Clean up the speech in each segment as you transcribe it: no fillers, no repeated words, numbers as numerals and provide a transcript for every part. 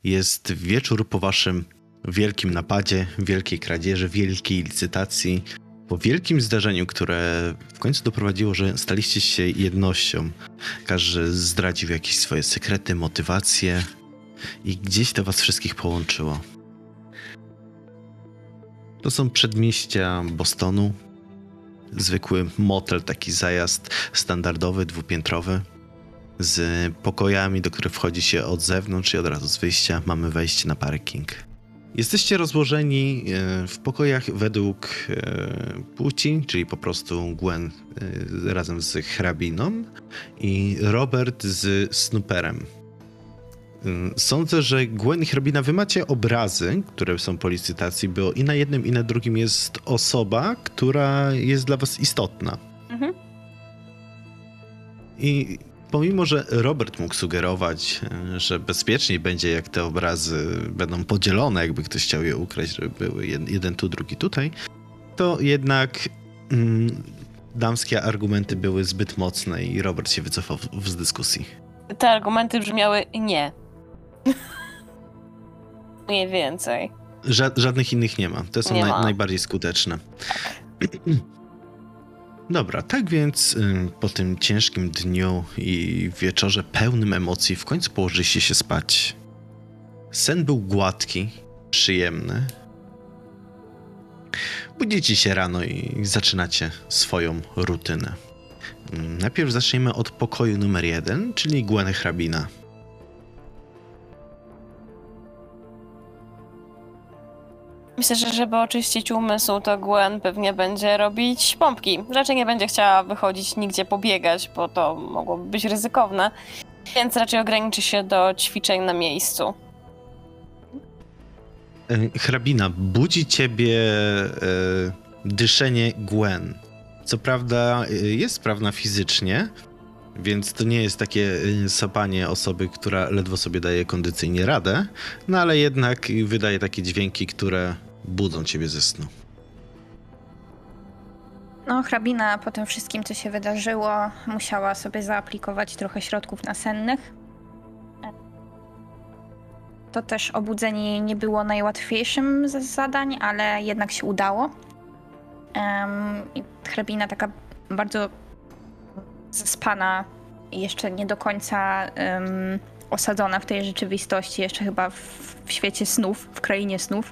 Jest wieczór po waszym wielkim napadzie, wielkiej kradzieży, wielkiej licytacji, po wielkim zdarzeniu, które w końcu doprowadziło, że staliście się jednością. Każdy zdradził jakieś swoje sekrety, motywacje i gdzieś to was wszystkich połączyło. To są przedmieścia Bostonu. Zwykły motel, taki zajazd standardowy, dwupiętrowy, z pokojami, do których wchodzi się od zewnątrz i od razu z wyjścia mamy wejście na parking. Jesteście rozłożeni w pokojach według płci, czyli po prostu Gwen razem z hrabiną i Robert z snooperem. Sądzę, że Gwen i hrabina, wy macie obrazy, które są po licytacji, bo i na jednym, i na drugim jest osoba, która jest dla was istotna. Mhm. I pomimo, że Robert mógł sugerować, że bezpieczniej będzie, jak te obrazy będą podzielone, jakby ktoś chciał je ukraść, żeby były jeden tu, drugi tutaj, to jednak damskie argumenty były zbyt mocne i Robert się wycofał z dyskusji. Te argumenty brzmiały nie. Mniej więcej. Żadnych innych nie ma. Te są najbardziej skuteczne. Dobra, tak więc po tym ciężkim dniu i wieczorze pełnym emocji w końcu położyliście się spać. Sen był gładki, przyjemny. Budzicie się rano i zaczynacie swoją rutynę. Najpierw zacznijmy od pokoju numer 1, czyli Gwen hrabina. Myślę, że żeby oczyścić umysł, to Gwen pewnie będzie robić pompki. Raczej nie będzie chciała wychodzić nigdzie pobiegać, bo to mogłoby być ryzykowne. Więc raczej ograniczy się do ćwiczeń na miejscu. Hrabina, budzi ciebie dyszenie Gwen. Co prawda jest sprawna fizycznie, więc to nie jest takie sapanie osoby, która ledwo sobie daje kondycyjnie radę, no ale jednak wydaje takie dźwięki, które budzą ciebie ze snu. No, hrabina po tym wszystkim, co się wydarzyło, musiała sobie zaaplikować trochę środków nasennych. To też obudzenie nie było najłatwiejszym z zadań, ale jednak się udało. I hrabina taka bardzo zaspana i jeszcze nie do końca osadzona w tej rzeczywistości, jeszcze chyba w świecie snów, w krainie snów.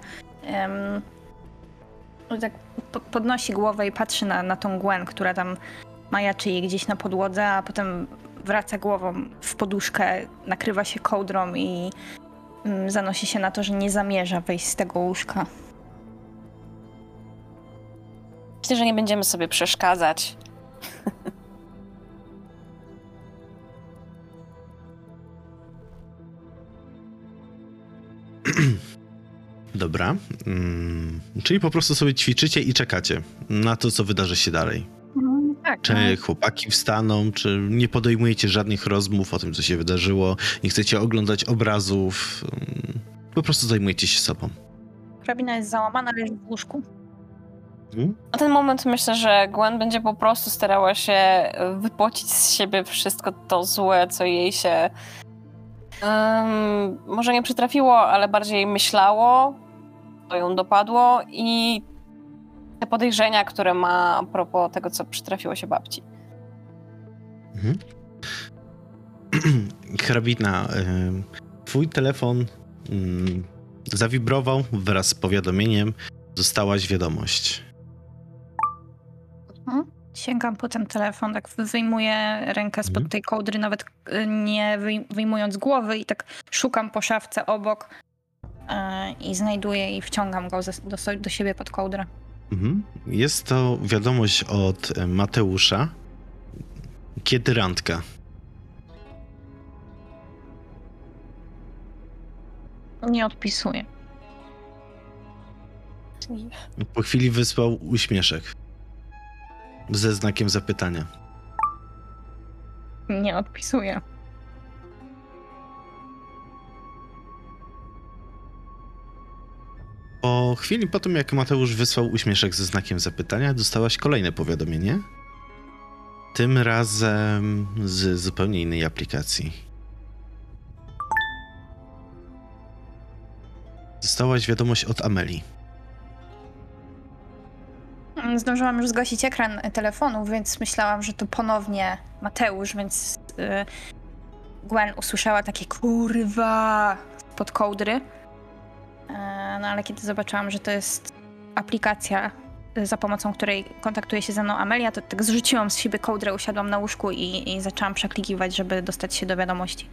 Tak podnosi głowę i patrzy na tą Gwen, która tam majaczy jej gdzieś na podłodze, a potem wraca głową w poduszkę, nakrywa się kołdrą i zanosi się na to, że nie zamierza wyjść z tego łóżka. Myślę, że nie będziemy sobie przeszkadzać. Dobra. Czyli po prostu sobie ćwiczycie i czekacie na to, co wydarzy się dalej. Tak. Czy chłopaki wstaną, czy nie podejmujecie żadnych rozmów o tym, co się wydarzyło, nie chcecie oglądać obrazów, po prostu zajmujecie się sobą. Hrabina jest załamana, leży w łóżku. Na ten moment myślę, że Gwen będzie po prostu starała się wypocić z siebie wszystko to złe, co jej się może nie przytrafiło, ale bardziej myślało, to ją dopadło i te podejrzenia, które ma a propos tego, co przytrafiło się babci. Hrabina, twój telefon zawibrował wraz z powiadomieniem. Dostałaś wiadomość. Sięgam po ten telefon, tak wyjmuję rękę spod tej kołdry, nawet nie wyjmując głowy i tak szukam po szafce obok i znajduję i wciągam go do siebie pod kołdrę. Jest to wiadomość od Mateusza. Kiedy randka? Nie odpisuję. Po chwili wysłał uśmieszek ze znakiem zapytania. Nie odpisuję. Po chwili po tym, jak Mateusz wysłał uśmieszek ze znakiem zapytania, dostałaś kolejne powiadomienie. Tym razem z zupełnie innej aplikacji. dostałaś wiadomość od Amelii. Zdążyłam już zgasić ekran telefonu, więc myślałam, że to ponownie Mateusz, więc Gwen usłyszała takie kurwa spod kołdry. No ale kiedy zobaczyłam, że to jest aplikacja, za pomocą której kontaktuje się ze mną Amelia, to tak zrzuciłam z siebie kołdrę, usiadłam na łóżku i zaczęłam przeklikiwać, żeby dostać się do wiadomości.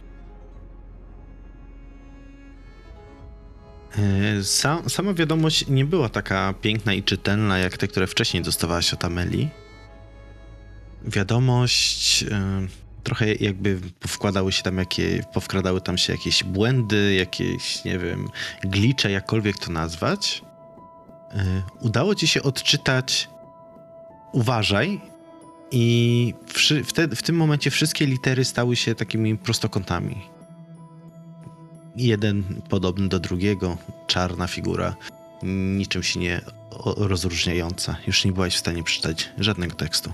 Sama wiadomość nie była taka piękna i czytelna, jak te, które wcześniej dostawałaś od Amelii. Wiadomość trochę jakby powkradały tam się jakieś błędy, jakieś, nie wiem, glicze, jakkolwiek to nazwać. Udało ci się odczytać uważaj i w tym momencie wszystkie litery stały się takimi prostokątami. Jeden podobny do drugiego, czarna figura, niczym się nie rozróżniająca. Już nie byłaś w stanie przeczytać żadnego tekstu.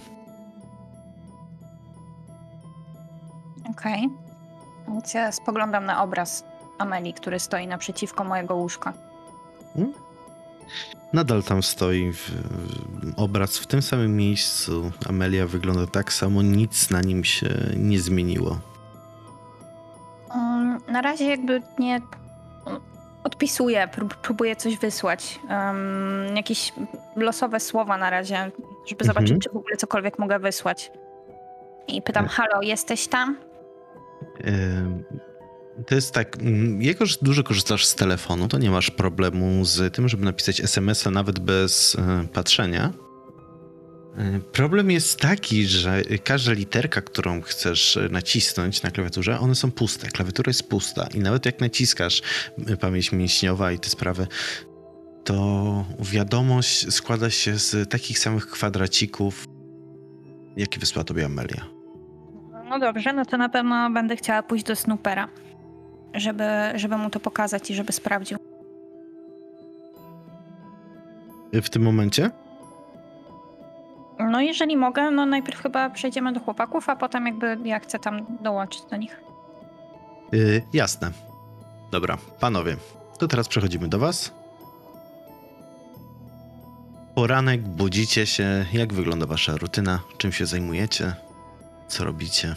Okej. Więc ja spoglądam na obraz Amelii, który stoi naprzeciwko mojego łóżka. Nadal tam stoi obraz w tym samym miejscu. Amelia wygląda tak samo, nic na nim się nie zmieniło. Na razie jakby nie odpisuję, próbuję coś wysłać. Jakieś losowe słowa na razie, żeby zobaczyć, czy w ogóle cokolwiek mogę wysłać. I pytam, halo, jesteś tam? To jest tak, jako że dużo korzystasz z telefonu, to nie masz problemu z tym, żeby napisać SMS-a nawet bez patrzenia. Problem jest taki, że każda literka, którą chcesz nacisnąć na klawiaturze, one są puste. Klawiatura jest pusta i nawet jak naciskasz pamięć mięśniowa i te sprawy, to wiadomość składa się z takich samych kwadracików, jakie wysłała tobie Amelia. No dobrze, no to na pewno będę chciała pójść do Snoopera, żeby mu to pokazać i żeby sprawdził. W tym momencie? No jeżeli mogę, no najpierw chyba przejdziemy do chłopaków, a potem jakby ja chcę tam dołączyć do nich. Jasne. Dobra, panowie, to teraz przechodzimy do was. Poranek, budzicie się. Jak wygląda wasza rutyna? Czym się zajmujecie? Co robicie?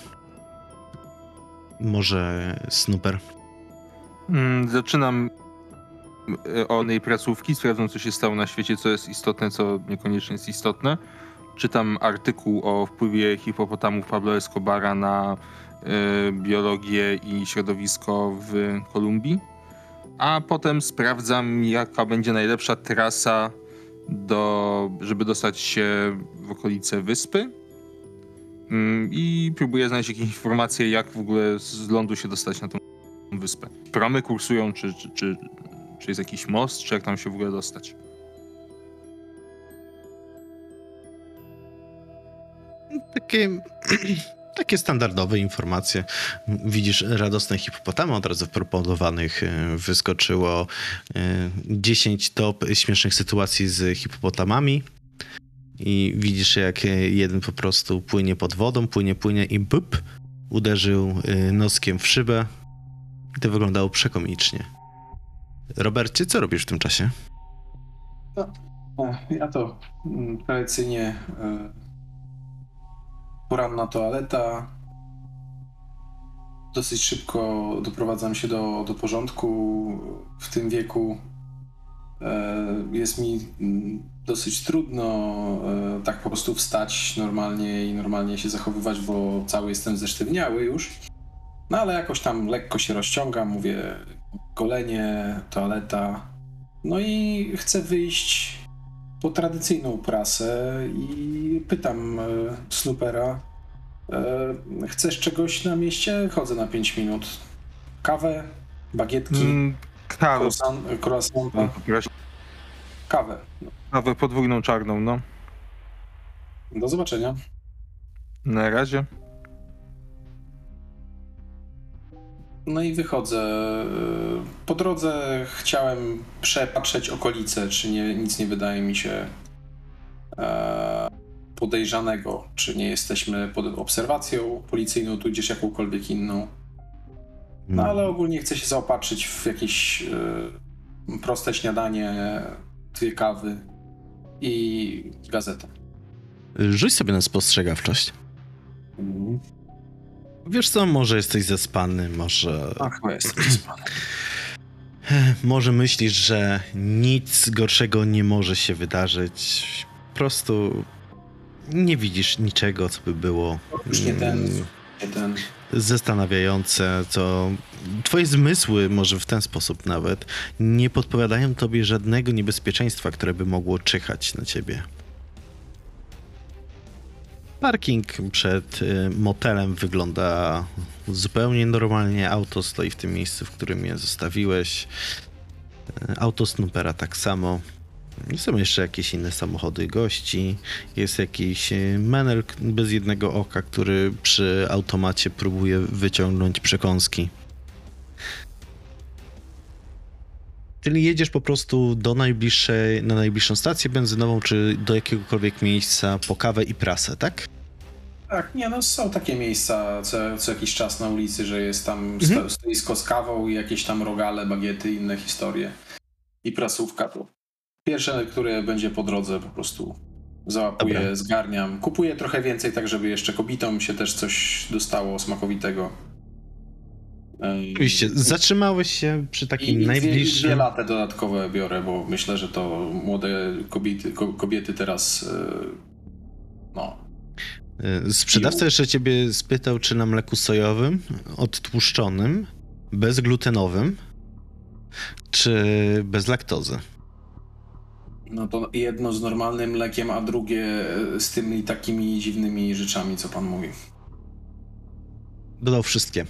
Może Snooper? Zaczynam od tej placówki, sprawdzam, co się stało na świecie, co jest istotne, co niekoniecznie jest istotne. Czytam artykuł o wpływie hipopotamów Pablo Escobara na biologię i środowisko w Kolumbii. A potem sprawdzam, jaka będzie najlepsza trasa, żeby dostać się w okolice wyspy. I próbuję znaleźć jakieś informacje, jak w ogóle z lądu się dostać na tą wyspę. Promy kursują, czy jest jakiś most, czy jak tam się w ogóle dostać. Takie standardowe informacje. Widzisz radosne hipopotamy, od razu w proponowanych wyskoczyło 10 top śmiesznych sytuacji z hipopotamami. I widzisz, jak jeden po prostu płynie pod wodą, płynie i bup, uderzył noskiem w szybę. I to wyglądało przekomicznie. Robercie, co robisz w tym czasie? Ja to tradycyjnie poranna toaleta. Dosyć szybko doprowadzam się do porządku w tym wieku. Jest mi dosyć trudno tak po prostu wstać normalnie się zachowywać, bo cały jestem zesztywniały już. No ale jakoś tam lekko się rozciągam, mówię golenie, toaleta. No i chcę wyjść po tradycyjną prasę i pytam Snoopera, chcesz czegoś na mieście? Chodzę na 5 minut. Kawę, bagietki, croissanta. Kawę. Kawę podwójną czarną, no. Do zobaczenia. Na razie. No i wychodzę. Po drodze chciałem przepatrzeć okolice, czy nic nie wydaje mi się podejrzanego, czy nie jesteśmy pod obserwacją policyjną, tudzież jakąkolwiek inną. No ale ogólnie chcę się zaopatrzyć w jakieś proste śniadanie, 2 kawy i gazetę. Rzuć sobie na spostrzegawczość. Wiesz co, może jesteś zaspany, może... Chyba jestem zaspany. Może myślisz, że nic gorszego nie może się wydarzyć. Po prostu nie widzisz niczego, co by było Już nie ten. zastanawiające, co twoje zmysły, może w ten sposób nawet, nie podpowiadają tobie żadnego niebezpieczeństwa, które by mogło czyhać na ciebie. Parking przed motelem wygląda zupełnie normalnie. Auto stoi w tym miejscu, w którym je zostawiłeś. Auto Snoopera tak samo. Są jeszcze jakieś inne samochody gości. Jest jakiś menel bez jednego oka, który przy automacie próbuje wyciągnąć przekąski. Czyli jedziesz po prostu na najbliższą stację benzynową, czy do jakiegokolwiek miejsca po kawę i prasę, tak? Tak, nie, no są takie miejsca co jakiś czas na ulicy, że jest tam stoisko z kawą i jakieś tam rogale, bagiety, inne historie. I prasówka to pierwsze, które będzie po drodze, po prostu załapuję, Dobra. zgarniam. Kupuję trochę więcej, tak żeby jeszcze kobietom się też coś dostało smakowitego. Oczywiście, zatrzymałeś się przy takim najbliższym... 2 lata dodatkowe biorę, bo myślę, że to młode kobiety teraz Sprzedawca jeszcze ciebie spytał, czy na mleku sojowym, odtłuszczonym, bezglutenowym, czy bez laktozy. No to jedno z normalnym mlekiem, a drugie z tymi takimi dziwnymi rzeczami, co pan mówi. Dodał wszystkie.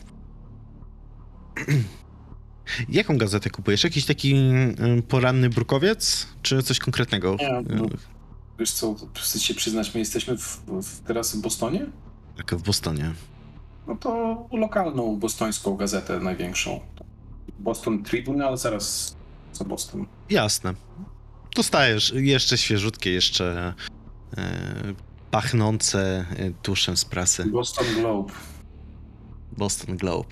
Jaką gazetę kupujesz? Jakiś taki poranny brukowiec, czy coś konkretnego? Nie, wiesz co, chcę się przyznać, my jesteśmy teraz w Bostonie? Tak, w Bostonie. No to lokalną bostońską gazetę największą. Boston Tribune, ale zaraz za Boston. Jasne. Dostajesz jeszcze świeżutkie, jeszcze pachnące tuszem z prasy. Boston Globe. Boston Globe.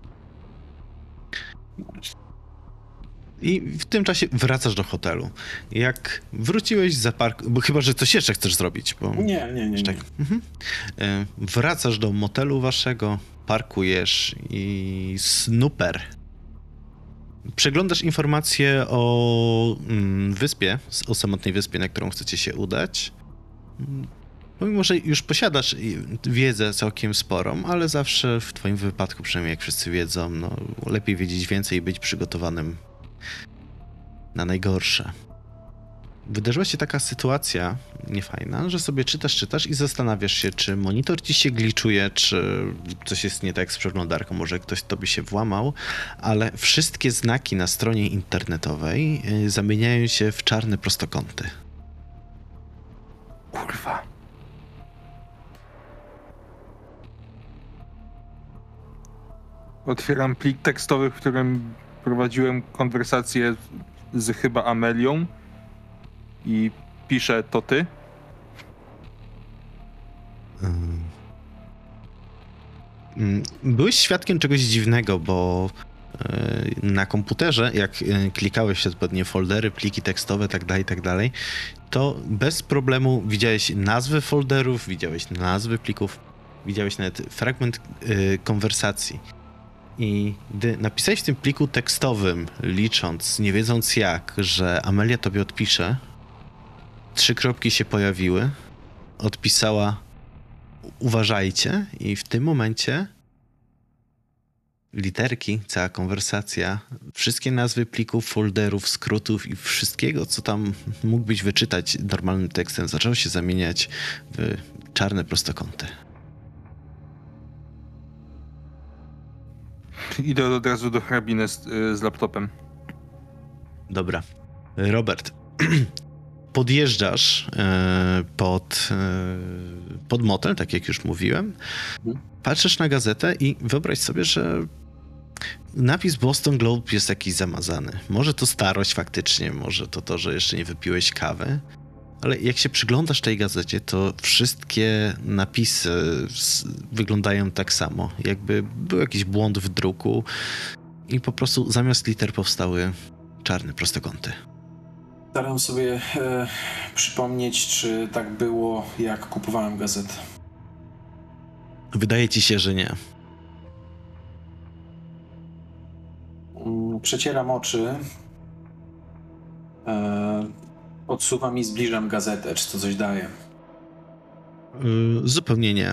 I w tym czasie wracasz do hotelu. Jak wróciłeś za park... Bo chyba, że coś jeszcze chcesz zrobić, bo... Nie. Mhm. Wracasz do motelu waszego, parkujesz i Snooper. Przeglądasz informacje o wyspie, o samotnej wyspie, na którą chcecie się udać. Pomimo, że już posiadasz wiedzę całkiem sporą, ale zawsze w twoim wypadku, przynajmniej jak wszyscy wiedzą, no, lepiej wiedzieć więcej i być przygotowanym na najgorsze. Wydarzyła się taka sytuacja niefajna, że sobie czytasz i zastanawiasz się, czy monitor ci się gliczuje, czy coś jest nie tak z przeglądarką, może ktoś tobie się włamał, ale wszystkie znaki na stronie internetowej zamieniają się w czarne prostokąty. Kurwa. Otwieram plik tekstowy, w którym prowadziłem konwersację z chyba Amelią i piszę: to ty? Byłeś świadkiem czegoś dziwnego, bo na komputerze, jak klikałeś się odpowiednie foldery, pliki tekstowe, tak dalej, to bez problemu widziałeś nazwy folderów, widziałeś nazwy plików, widziałeś nawet fragment konwersacji. I gdy napisałeś w tym pliku tekstowym, licząc, nie wiedząc jak, że Amelia tobie odpisze, 3 kropki się pojawiły, odpisała: uważajcie, i w tym momencie literki, cała konwersacja, wszystkie nazwy plików, folderów, skrótów i wszystkiego, co tam mógłbyś wyczytać normalnym tekstem, zaczęło się zamieniać w czarne prostokąty. Idę od razu do hrabiny z laptopem. Dobra. Robert, podjeżdżasz pod motel, tak jak już mówiłem. Patrzysz na gazetę i wyobraź sobie, że napis Boston Globe jest jakiś zamazany. Może to starość faktycznie, może to, że jeszcze nie wypiłeś kawy, ale jak się przyglądasz tej gazecie, to wszystkie napisy wyglądają tak samo. Jakby był jakiś błąd w druku i po prostu zamiast liter powstały czarne prostokąty. Staram sobie przypomnieć, czy tak było, jak kupowałem gazetę. Wydaje ci się, że nie. Przecieram oczy, odsuwam i zbliżam gazetę, czy to coś daje. Zupełnie nie.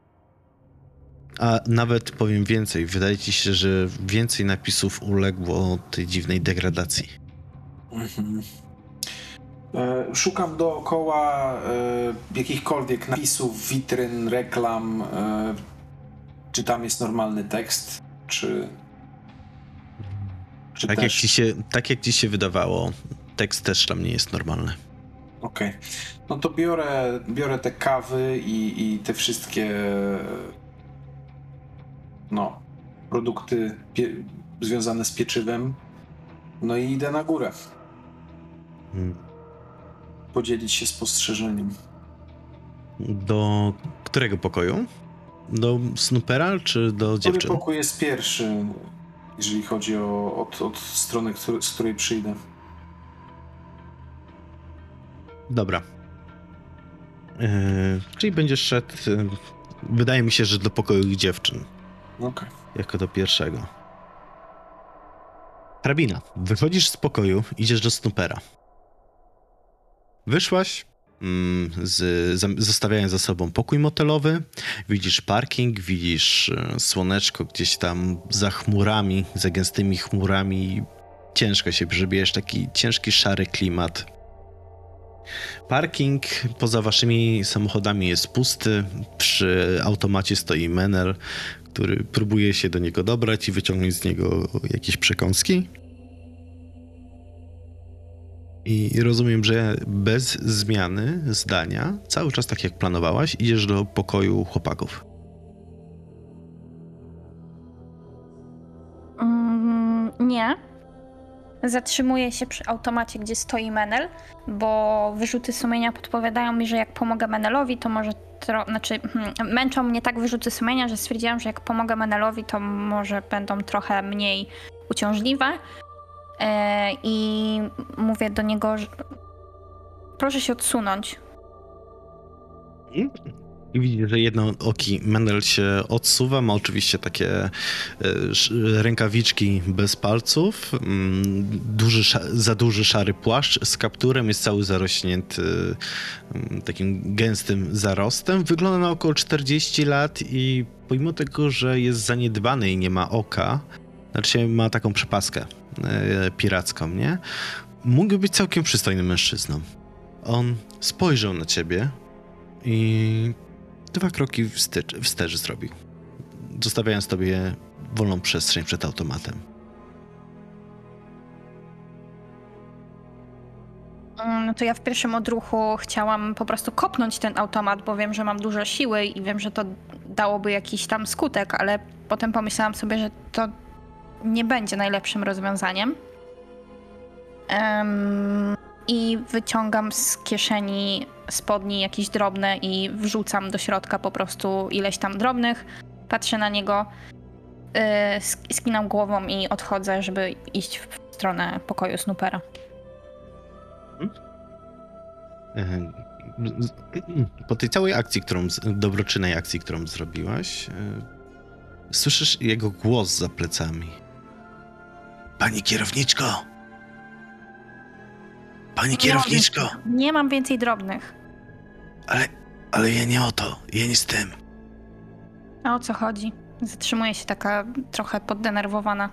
A nawet powiem więcej, wydaje ci się, że więcej napisów uległo tej dziwnej degradacji. Mhm. Szukam dookoła jakichkolwiek napisów, witryn, reklam. Czy tam jest normalny tekst, czy Tak też... jak ci się wydawało, tekst też tam nie jest normalny. Okej. No to biorę te kawy i te wszystkie produkty związane z pieczywem. No i idę na górę. Podzielić się spostrzeżeniem. Do którego pokoju? Do Snoopera czy do dziewczyn? Który pokój jest pierwszy, jeżeli chodzi od strony, z której przyjdę? Dobra. Czyli będziesz szedł, wydaje mi się, że do pokoju dziewczyn. Okej. Jako do pierwszego. Hrabina, wychodzisz z pokoju, idziesz do Snoopera. Wyszłaś, zostawiając za sobą pokój motelowy, widzisz parking, widzisz słoneczko gdzieś tam za chmurami, za gęstymi chmurami. Ciężko się przebijesz, taki ciężki, szary klimat. Parking poza waszymi samochodami jest pusty. Przy automacie stoi menel, który próbuje się do niego dobrać i wyciągnąć z niego jakieś przekąski. I rozumiem, że bez zmiany zdania, cały czas tak jak planowałaś, idziesz do pokoju chłopaków. Nie. Zatrzymuję się przy automacie, gdzie stoi Menel, bo wyrzuty sumienia podpowiadają mi, że jak pomogę Menelowi, to może... męczą mnie tak wyrzuty sumienia, że stwierdziłam, że jak pomogę Menelowi, to może będą trochę mniej uciążliwe. I mówię do niego, że proszę się odsunąć. I widzisz, że jednooki Menel się odsuwa, ma oczywiście takie rękawiczki bez palców, za duży szary płaszcz z kapturem, jest cały zarośnięty takim gęstym zarostem. Wygląda na około 40 lat i pomimo tego, że jest zaniedbany i nie ma oka, znaczy ma taką przepaskę piracką, nie? Mógłby być całkiem przystojnym mężczyzną. On spojrzał na ciebie i 2 kroki wstecz zrobił, zostawiając tobie wolną przestrzeń przed automatem. No to ja w pierwszym odruchu chciałam po prostu kopnąć ten automat, bo wiem, że mam dużo siły i wiem, że to dałoby jakiś tam skutek, ale potem pomyślałam sobie, że to nie będzie najlepszym rozwiązaniem. I wyciągam z kieszeni spodni jakieś drobne i wrzucam do środka po prostu ileś tam drobnych. Patrzę na niego, skinam głową i odchodzę, żeby iść w stronę pokoju Snoopera. Po tej całej akcji, dobroczynnej akcji, którą zrobiłaś, słyszysz jego głos za plecami. Pani kierowniczko! Pani kierowniczko! Nie mam więcej drobnych. Ale ja nie o to, ja nie z tym. A o co chodzi? Zatrzymuję się taka trochę poddenerwowana.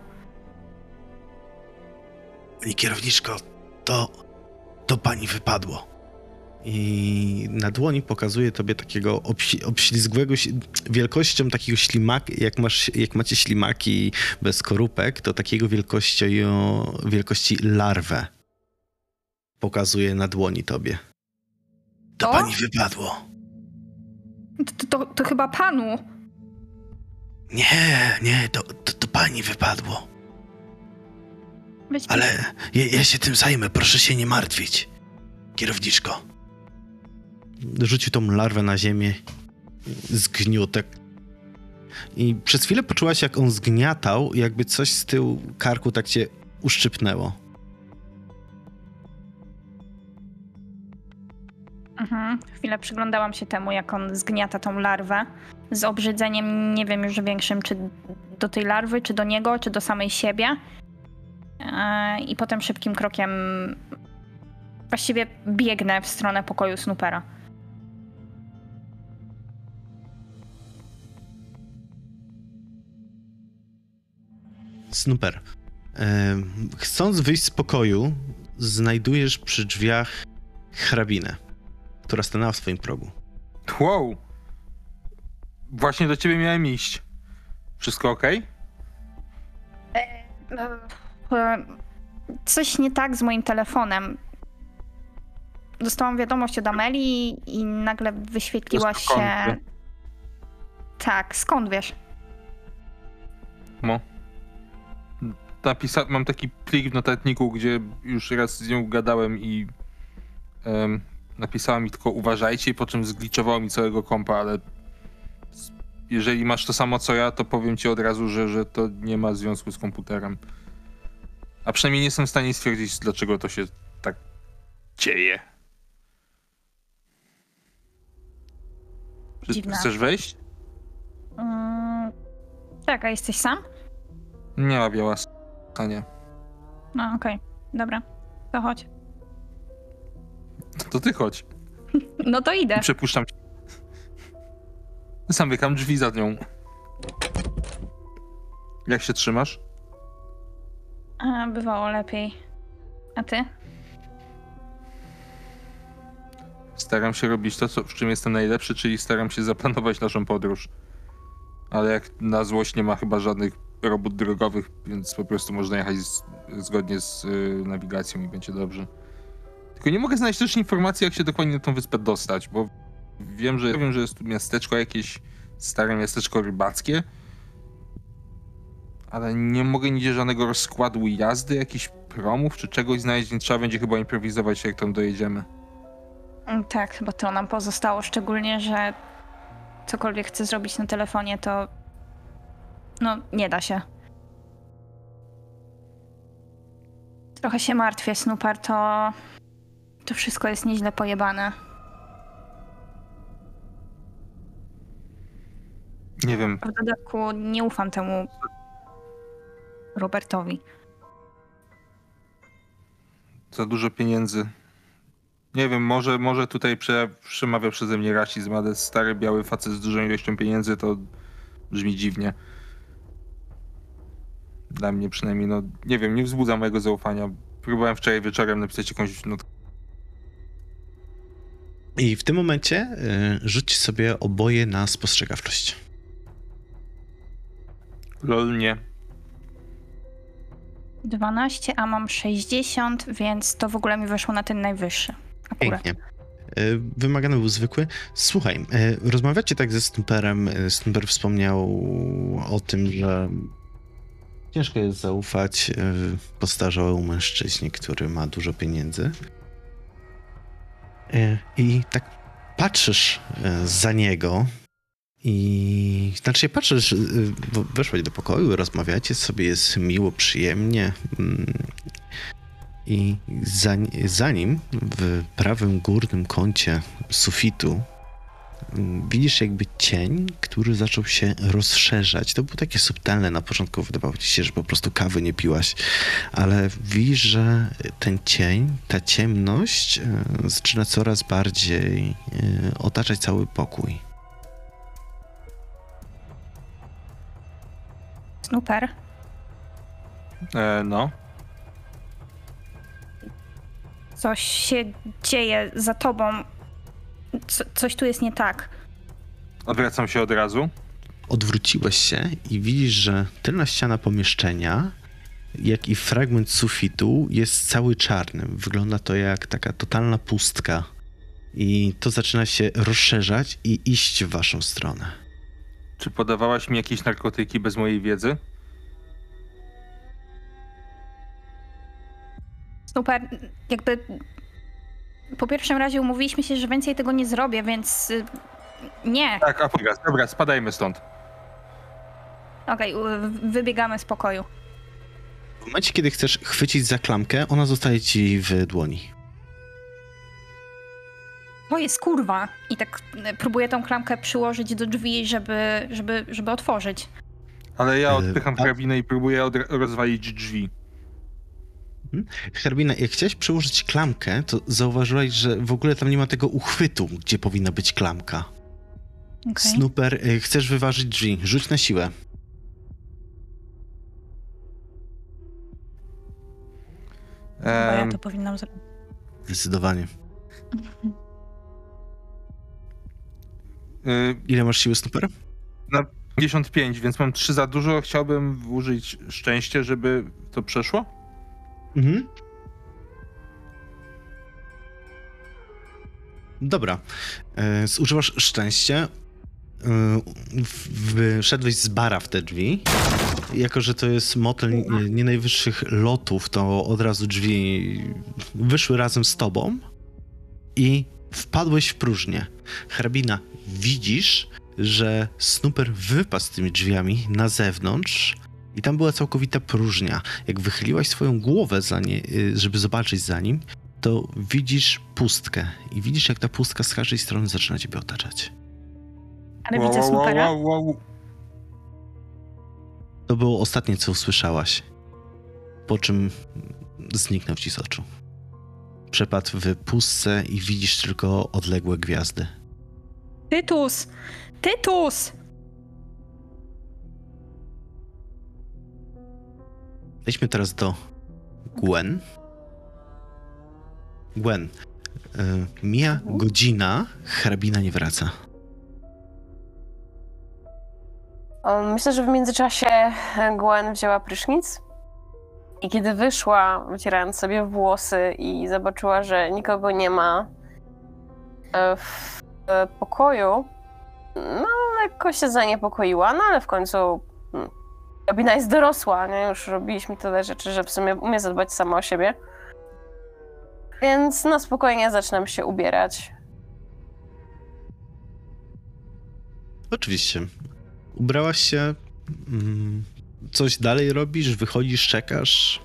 Pani kierowniczko, to pani wypadło. I na dłoni pokazuje tobie takiego obślizgłego, wielkością takiego ślimaka, jak macie ślimaki bez skorupek, to takiego wielkości larwę pokazuje na dłoni tobie. To pani wypadło. To chyba panu. Nie, to pani wypadło. Ale ja się tym zajmę, proszę się nie martwić. Kierowniczko. Rzucił tą larwę na ziemię, zgniótek. I przez chwilę poczułaś, jak on zgniatał, jakby coś z tyłu karku tak cię uszczypnęło. Chwilę przyglądałam się temu, jak on zgniata tą larwę. Z obrzydzeniem nie wiem już większym, czy do tej larwy, czy do niego, czy do samej siebie. I potem szybkim krokiem właściwie biegnę w stronę pokoju Snoopera. Snooper. Chcąc wyjść z pokoju, znajdujesz przy drzwiach hrabinę, która stanęła w swoim progu. Wow! Właśnie do ciebie miałem iść. Wszystko okej? Coś nie tak z moim telefonem. Dostałam wiadomość od Ameli i nagle wyświetliła To skąd się... ty? Tak, skąd wiesz? No. Mam taki plik w notatniku, gdzie już raz z nią gadałem i napisała mi tylko uważajcie, po czym zgliczowało mi całego kompa, ale jeżeli masz to samo co ja, to powiem ci od razu, że to nie ma związku z komputerem. A przynajmniej nie jestem w stanie stwierdzić, dlaczego to się tak dzieje. Dziwne. Chcesz wejść? Tak, a jesteś sam? Nie ma biała nie. No okej, dobra. To chodź. To ty chodź. No to idę. Przepuszczam cię. Zamykam drzwi za nią. Jak się trzymasz? Bywało lepiej. A ty? Staram się robić to, w czym jestem najlepszy, czyli staram się zaplanować naszą podróż. Ale jak na złość nie ma chyba żadnych robót drogowych, więc po prostu można jechać zgodnie z nawigacją i będzie dobrze. Tylko nie mogę znaleźć też informacji, jak się dokładnie na tą wyspę dostać, bo wiem, że jest tu miasteczko jakieś, stare miasteczko rybackie, ale nie mogę nigdzie żadnego rozkładu jazdy, jakichś promów czy czegoś znaleźć, więc trzeba będzie chyba improwizować, jak tam dojedziemy. Tak, chyba to nam pozostało, szczególnie, że cokolwiek chcę zrobić na telefonie, to no nie da się. Trochę się martwię, Snooper, to wszystko jest nieźle pojebane. Nie wiem. W dodatku nie ufam temu Robertowi. Za dużo pieniędzy. Nie wiem, może tutaj przemawia przeze mnie rasizm, ale stary biały facet z dużą ilością pieniędzy to brzmi dziwnie. Dla mnie przynajmniej, no nie wiem, nie wzbudza mojego zaufania. Próbowałem wczoraj wieczorem napisać jakąś I w tym momencie rzuć sobie oboje na spostrzegawczość. Lol, nie. 12, a mam 60, więc to w ogóle mi weszło na ten najwyższy. Akurat. Pięknie. Wymagany był zwykły. Słuchaj, rozmawiacie tak ze Snooperem. Snooper wspomniał o tym, że ciężko jest zaufać postarzałemu mężczyźnie, który ma dużo pieniędzy. I tak patrzysz za niego i znaczy patrzysz, weszłeś do pokoju, rozmawiacie sobie, jest miło, przyjemnie i za nim w prawym górnym kącie sufitu widzisz jakby cień, który zaczął się rozszerzać. To było takie subtelne na początku, wydawało ci się, że po prostu kawy nie piłaś, ale widzisz, że ten cień, ta ciemność zaczyna coraz bardziej otaczać cały pokój. Snooper. No. Coś się dzieje za tobą. Coś tu jest nie tak. Odwracam się od razu. Odwróciłeś się i widzisz, że tylna ściana pomieszczenia, jak i fragment sufitu jest cały czarny. Wygląda to jak taka totalna pustka. I to zaczyna się rozszerzać i iść w waszą stronę. Czy podawałaś mi jakieś narkotyki bez mojej wiedzy? Snooper, jakby po pierwszym razie umówiliśmy się, że więcej tego nie zrobię, więc nie. Tak, dobra, spadajmy stąd. Okej, wybiegamy z pokoju. W momencie, kiedy chcesz chwycić za klamkę, ona zostaje ci w dłoni. To jest kurwa. I tak próbuję tą klamkę przyłożyć do drzwi, żeby otworzyć. Ale ja odpycham hrabinę i próbuję rozwalić drzwi. Hrabina, jak chciałeś przyłożyć klamkę, to zauważyłaś, że w ogóle tam nie ma tego uchwytu, gdzie powinna być klamka. Okay. Snooper, chcesz wyważyć drzwi. Rzuć na siłę. Chyba ja to powinnam zrobić. Zdecydowanie. Ile masz siły, Snooper? Na 55, więc mam 3 za dużo. Chciałbym użyć szczęście, żeby to przeszło. Mhm. Dobra. Zużywasz szczęście. Wszedłeś z bara w te drzwi. Jako że to jest motel nie najwyższych lotów, to od razu drzwi wyszły razem z tobą i wpadłeś w próżnię. Hrabina, widzisz, że Snooper wypadł z tymi drzwiami na zewnątrz i tam była całkowita próżnia. Jak wychyliłaś swoją głowę żeby zobaczyć za nim, to widzisz pustkę i widzisz, jak ta pustka z każdej strony zaczyna ciebie otaczać. Ale widzę Snoopera. To było ostatnie, co usłyszałaś, po czym zniknął ci z oczu. Przepadł w pustce i widzisz tylko odległe gwiazdy. Tytus! Tytus! Wejdźmy teraz do Gwen. Gwen, mija godzina, hrabina nie wraca. Myślę, że w międzyczasie Gwen wzięła prysznic i kiedy wyszła, wycierając sobie włosy i zobaczyła, że nikogo nie ma w pokoju, no lekko się zaniepokoiła, no ale w końcu hrabina jest dorosła, nie? Już robiliśmy tyle rzeczy, że w sumie umie zadbać sama o siebie. Więc na spokojnie zaczynam się ubierać. Oczywiście. Ubrałaś się, coś dalej robisz, wychodzisz, czekasz?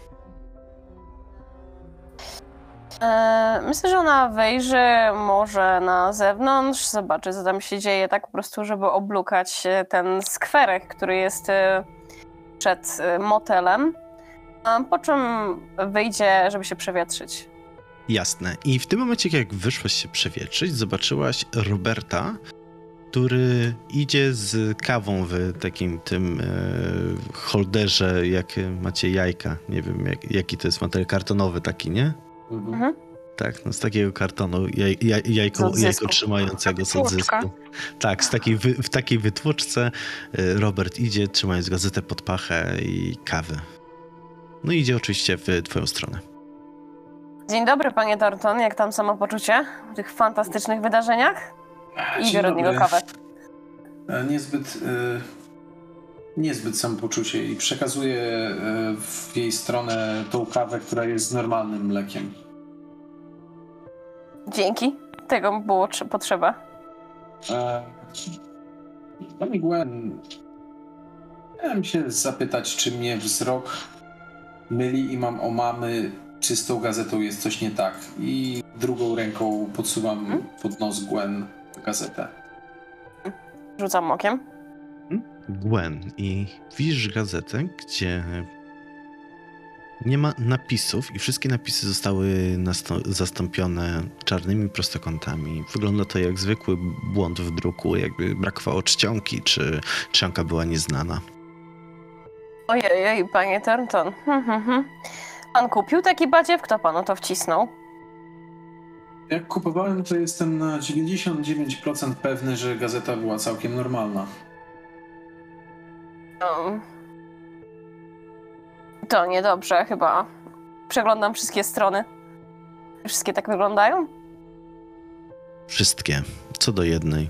Myślę, że ona wejrzy może na zewnątrz, zobaczy, co tam się dzieje, tak po prostu, żeby oblukać ten skwerek, który jest przed motelem, po czym wyjdzie, żeby się przewietrzyć. Jasne. I w tym momencie, jak wyszłaś się przewietrzyć, zobaczyłaś Roberta, który idzie z kawą w takim tym holderze, jak macie jajka. Nie wiem, jaki to jest materiał kartonowy taki, nie? Mhm. Tak, no z takiego kartonu jajko trzymającego z odzysku. Tak, w takiej wytłoczce Robert idzie, trzymając gazetę pod pachę i kawę. No i idzie oczywiście w twoją stronę. Dzień dobry, panie Thornton. Jak tam samopoczucie w tych fantastycznych wydarzeniach? I biorę od niego kawę. Niezbyt samopoczucie i przekazuję w jej stronę tą kawę, która jest normalnym mlekiem. Dzięki. Tego było potrzeba. Pani Gwen, chciałem się zapytać, czy mnie wzrok myli i mam omamy, czy z tą gazetą jest coś nie tak. I drugą ręką podsuwam pod nos Gwen gazetę. Rzucam okiem. Gwen, i widzisz gazetę, gdzie nie ma napisów i wszystkie napisy zostały zastąpione czarnymi prostokątami. Wygląda to jak zwykły błąd w druku, jakby brakowało czcionki, czy czcionka była nieznana. Ojej, panie Thornton. Pan kupił taki badziew? Kto panu to wcisnął? Jak kupowałem, to jestem na 99% pewny, że gazeta była całkiem normalna. To niedobrze, chyba. Przeglądam wszystkie strony. Wszystkie tak wyglądają? Wszystkie, co do jednej.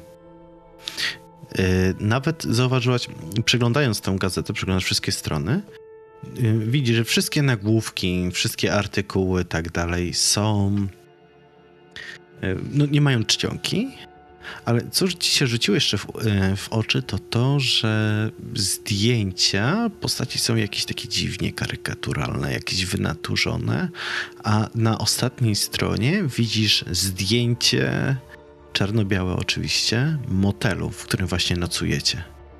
Nawet zauważyłaś, przeglądając tę gazetę, przeglądasz wszystkie strony, widzisz, że wszystkie nagłówki, wszystkie artykuły i tak dalej są... No, nie mają czcionki, ale co ci się rzuciło jeszcze w oczy, to to, że zdjęcia postaci są jakieś takie dziwnie karykaturalne, jakieś wynaturzone, a na ostatniej stronie widzisz zdjęcie czarno-białe oczywiście, motelu, w którym właśnie nocujecie.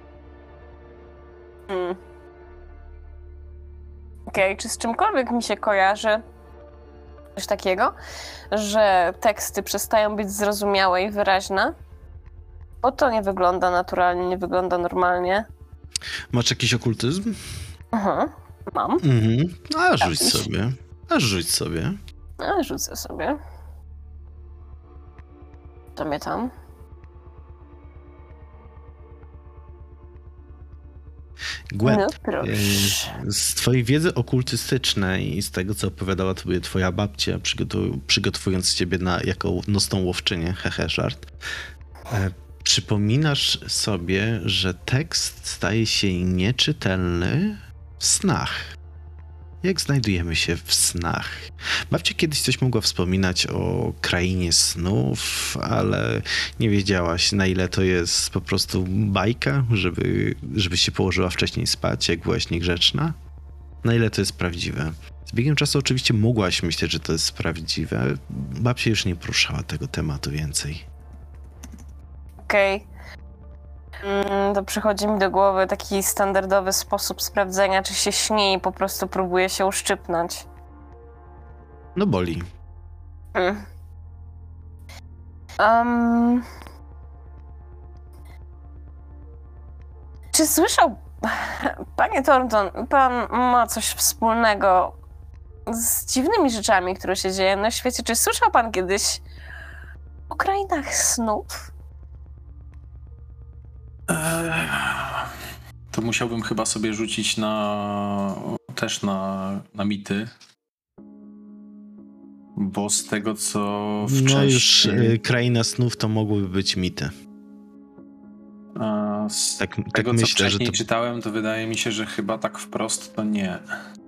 Okej, czy z czymkolwiek mi się kojarzy coś takiego, że teksty przestają być zrozumiałe i wyraźne? Bo to nie wygląda naturalnie, nie wygląda normalnie. Masz jakiś okultyzm? Mam. A rzuć sobie. Rzucę sobie. To mnie tam. Gwen, No proszę. z twojej wiedzy okultystycznej i z tego, co opowiadała tobie twoja babcia, przygotowując ciebie jako nocną łowczynię, żart, przypominasz sobie, że tekst staje się nieczytelny w snach. Jak znajdujemy się w snach? Babcia kiedyś coś mogła wspominać o krainie snów, ale nie wiedziałaś, na ile to jest po prostu bajka, żeby się położyła wcześniej spać, jak byłaś niegrzeczna. Na ile to jest prawdziwe. Z biegiem czasu oczywiście mogłaś myśleć, że to jest prawdziwe. Babcia już nie poruszała tego tematu więcej. Okej. To przychodzi mi do głowy taki standardowy sposób sprawdzenia, czy się śni i po prostu próbuje się uszczypnąć. No boli. Czy słyszał, panie Thornton, pan ma coś wspólnego z dziwnymi rzeczami, które się dzieją na świecie? Czy słyszał pan kiedyś o krainach snów? To musiałbym chyba sobie rzucić też na mity. Bo z tego, co wcześniej... No już kraina snów to mogłyby być mity. Z tak tego, myślę, co wcześniej że to... czytałem, to wydaje mi się, że chyba tak wprost to nie.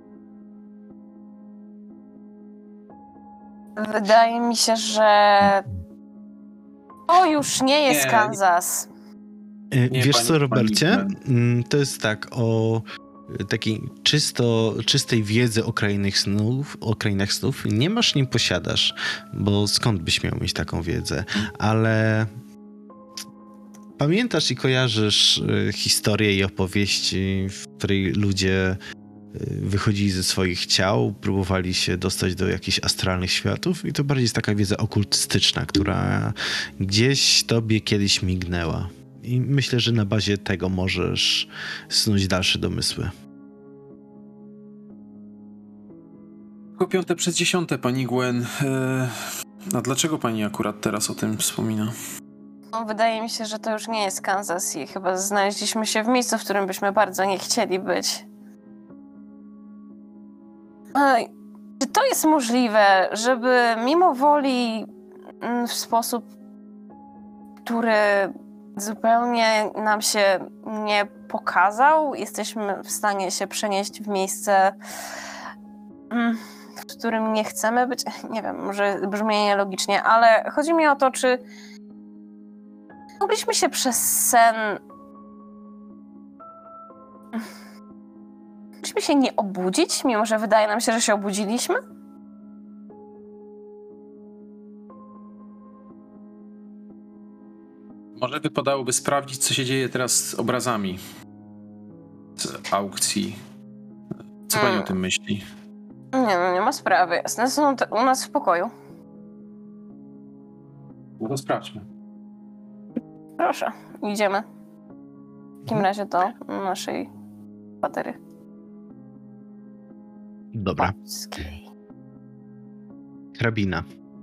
Wydaje mi się, że to już nie jest Kansas. Wiesz co, Robercie? To jest tak, o takiej czystej wiedzy o krainach snów nie masz, nie posiadasz, bo skąd byś miał mieć taką wiedzę? Ale pamiętasz i kojarzysz historię i opowieści, w której ludzie wychodzili ze swoich ciał, próbowali się dostać do jakichś astralnych światów i to bardziej jest taka wiedza okultystyczna, która gdzieś tobie kiedyś mignęła. I myślę, że na bazie tego możesz snuć dalsze domysły. Tylko 5:50, pani Gwen. A dlaczego pani akurat teraz o tym wspomina? Wydaje mi się, że to już nie jest Kansas i chyba znaleźliśmy się w miejscu, w którym byśmy bardzo nie chcieli być. Czy to jest możliwe, żeby mimo woli w sposób, który zupełnie nam się nie pokazał, jesteśmy w stanie się przenieść w miejsce, w którym nie chcemy być? Nie wiem, może brzmi nielogicznie, ale chodzi mi o to, czy mogliśmy się przez sen... Mogliśmy się nie obudzić, mimo że wydaje nam się, że się obudziliśmy? Może wypadałoby sprawdzić, co się dzieje teraz z obrazami z aukcji. Co pani o tym myśli? Nie ma sprawy. Jasne, są u nas w pokoju. No to sprawdźmy. Proszę, idziemy. W takim razie do naszej kwatery. Dobra. Hrabina.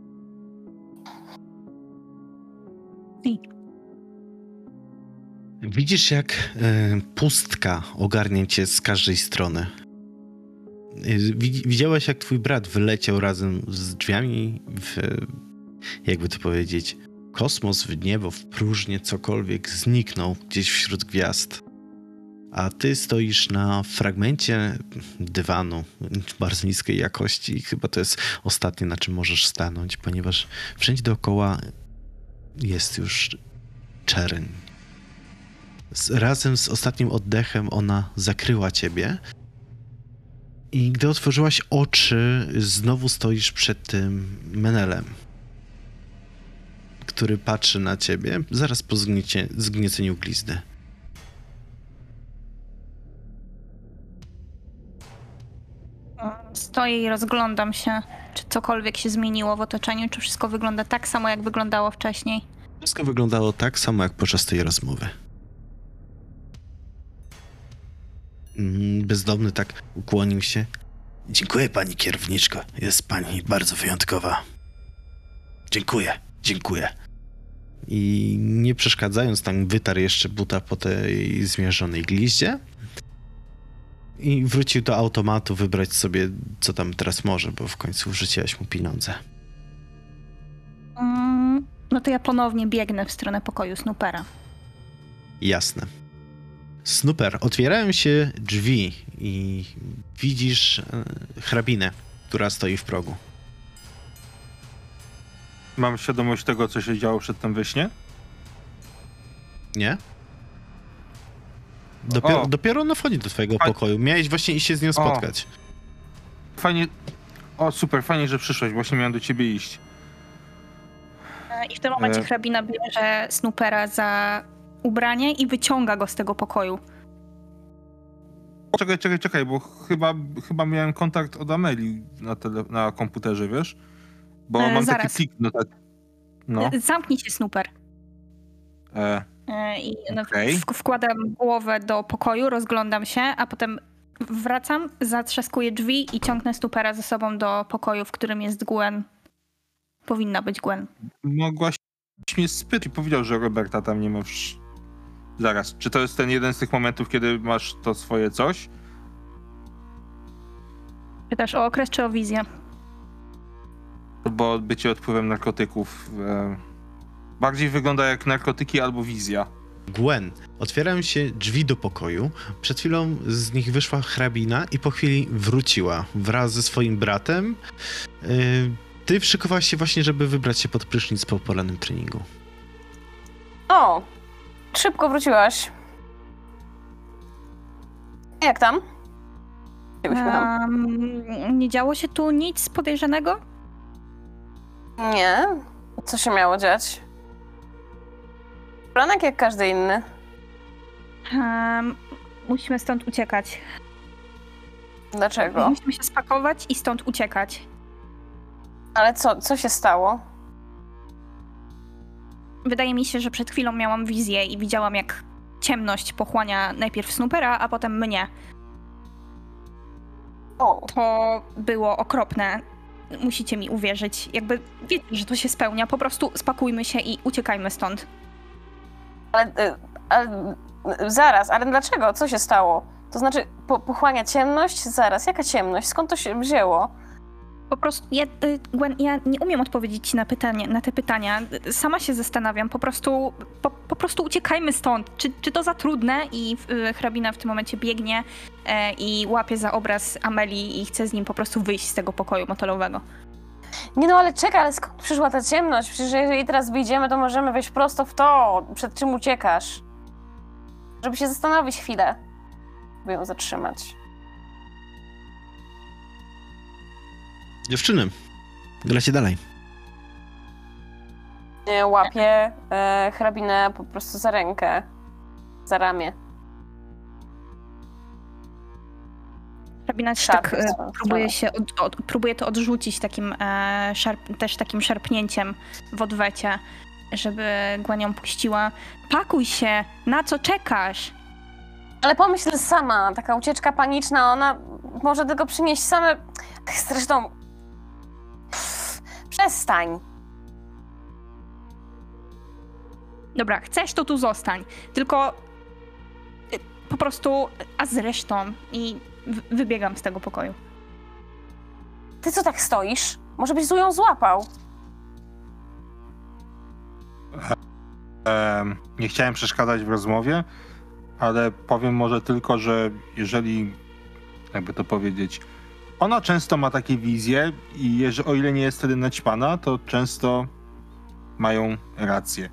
Widzisz, jak pustka ogarnia cię z każdej strony. Widziałaś, jak twój brat wyleciał razem z drzwiami w, jakby to powiedzieć, kosmos, w niebo, w próżnię, cokolwiek, zniknął gdzieś wśród gwiazd. A ty stoisz na fragmencie dywanu bardzo niskiej jakości. Chyba to jest ostatnie, na czym możesz stanąć, ponieważ wszędzie dookoła jest już czerń. Razem z ostatnim oddechem ona zakryła ciebie i gdy otworzyłaś oczy, znowu stoisz przed tym Menelem, który patrzy na ciebie zaraz po zgnieceniu glizdy. Stoję i rozglądam się, czy cokolwiek się zmieniło w otoczeniu, czy wszystko wygląda tak samo, jak wyglądało wcześniej. Wszystko wyglądało tak samo, jak podczas tej rozmowy. Bezdomny tak ukłonił się. Dziękuję, pani kierowniczko. Jest pani bardzo wyjątkowa. Dziękuję. I nie przeszkadzając, tam wytarł jeszcze buta po tej zmierzonej gliździe i wrócił do automatu wybrać sobie, co tam teraz może, bo w końcu wrzuciłaś mu pieniądze. No to ja ponownie biegnę w stronę pokoju Snoopera. Jasne. Snooper, otwierają się drzwi i widzisz hrabinę, która stoi w progu. Mam świadomość tego, co się działo przedtem we śnie? Nie? Dopiero ona wchodzi do twojego pokoju. Miałeś właśnie iść się z nią spotkać. Fajnie. O, super, fajnie, że przyszłeś. Właśnie miałem do ciebie iść. I w tym momencie hrabina bierze Snoopera za ubranie i wyciąga go z tego pokoju. Czekaj, bo chyba miałem kontakt od Amelii na komputerze, wiesz? Bo mam zaraz. taki plik. No. Zamknij się, Snooper. I Okay. Wkładam głowę do pokoju, rozglądam się, a potem wracam, zatrzaskuję drzwi i ciągnę Snoopera ze sobą do pokoju, w którym jest Gwen. Powinna być Gwen. Mogłaś mnie spytać i powiedział, że Roberta tam nie ma. Zaraz, czy to jest ten jeden z tych momentów, kiedy masz to swoje coś? Pytasz o okres czy o wizję? Bo bycie odpływem narkotyków bardziej wygląda jak narkotyki albo wizja. Gwen, otwierają się drzwi do pokoju. Przed chwilą z nich wyszła hrabina i po chwili wróciła wraz ze swoim bratem. Ty szykowałaś się właśnie, żeby wybrać się pod prysznic po porannym treningu. O! Szybko wróciłaś. Jak tam? Nie działo się tu nic podejrzanego? Nie. Co się miało dziać? Planek jak każdy inny. Musimy stąd uciekać. Dlaczego? Musimy się spakować i stąd uciekać. Ale co się stało? Wydaje mi się, że przed chwilą miałam wizję i widziałam, jak ciemność pochłania najpierw Snoopera, a potem mnie. O. To było okropne. Musicie mi uwierzyć. Jakby wiecie, że to się spełnia. Po prostu spakujmy się i uciekajmy stąd. Ale zaraz, ale dlaczego? Co się stało? To znaczy, pochłania ciemność? Zaraz, jaka ciemność? Skąd to się wzięło? Po prostu, Gwen, ja nie umiem odpowiedzieć ci na te pytania. Sama się zastanawiam. Po prostu uciekajmy stąd. Czy to za trudne? I hrabina w tym momencie biegnie i łapie za obraz Amelii i chce z nim po prostu wyjść z tego pokoju motelowego. Nie no, ale czekaj, ale skąd przyszła ta ciemność? Przecież jeżeli teraz wyjdziemy, to możemy wejść prosto w to, przed czym uciekasz. Żeby się zastanowić chwilę, by ją zatrzymać. Dziewczyny, gracie dalej. Łapię hrabinę po prostu za rękę, za ramię. Hrabina tak próbuje to odrzucić takim takim szarpnięciem w odwecie, żeby Gwen ją puściła. Pakuj się! Na co czekasz? Ale pomyśl sama, taka ucieczka paniczna, ona może tylko przynieść same... Zresztą... przestań. Dobra, chcesz, to tu zostań. Tylko po prostu, a zresztą i wybiegam z tego pokoju. Ty co tak stoisz? Może byś ją złapał? Nie chciałem przeszkadzać w rozmowie, ale powiem może tylko, że jeżeli, jakby to powiedzieć, ona często ma takie wizje i o ile nie jest wtedy naćpana, to często mają rację.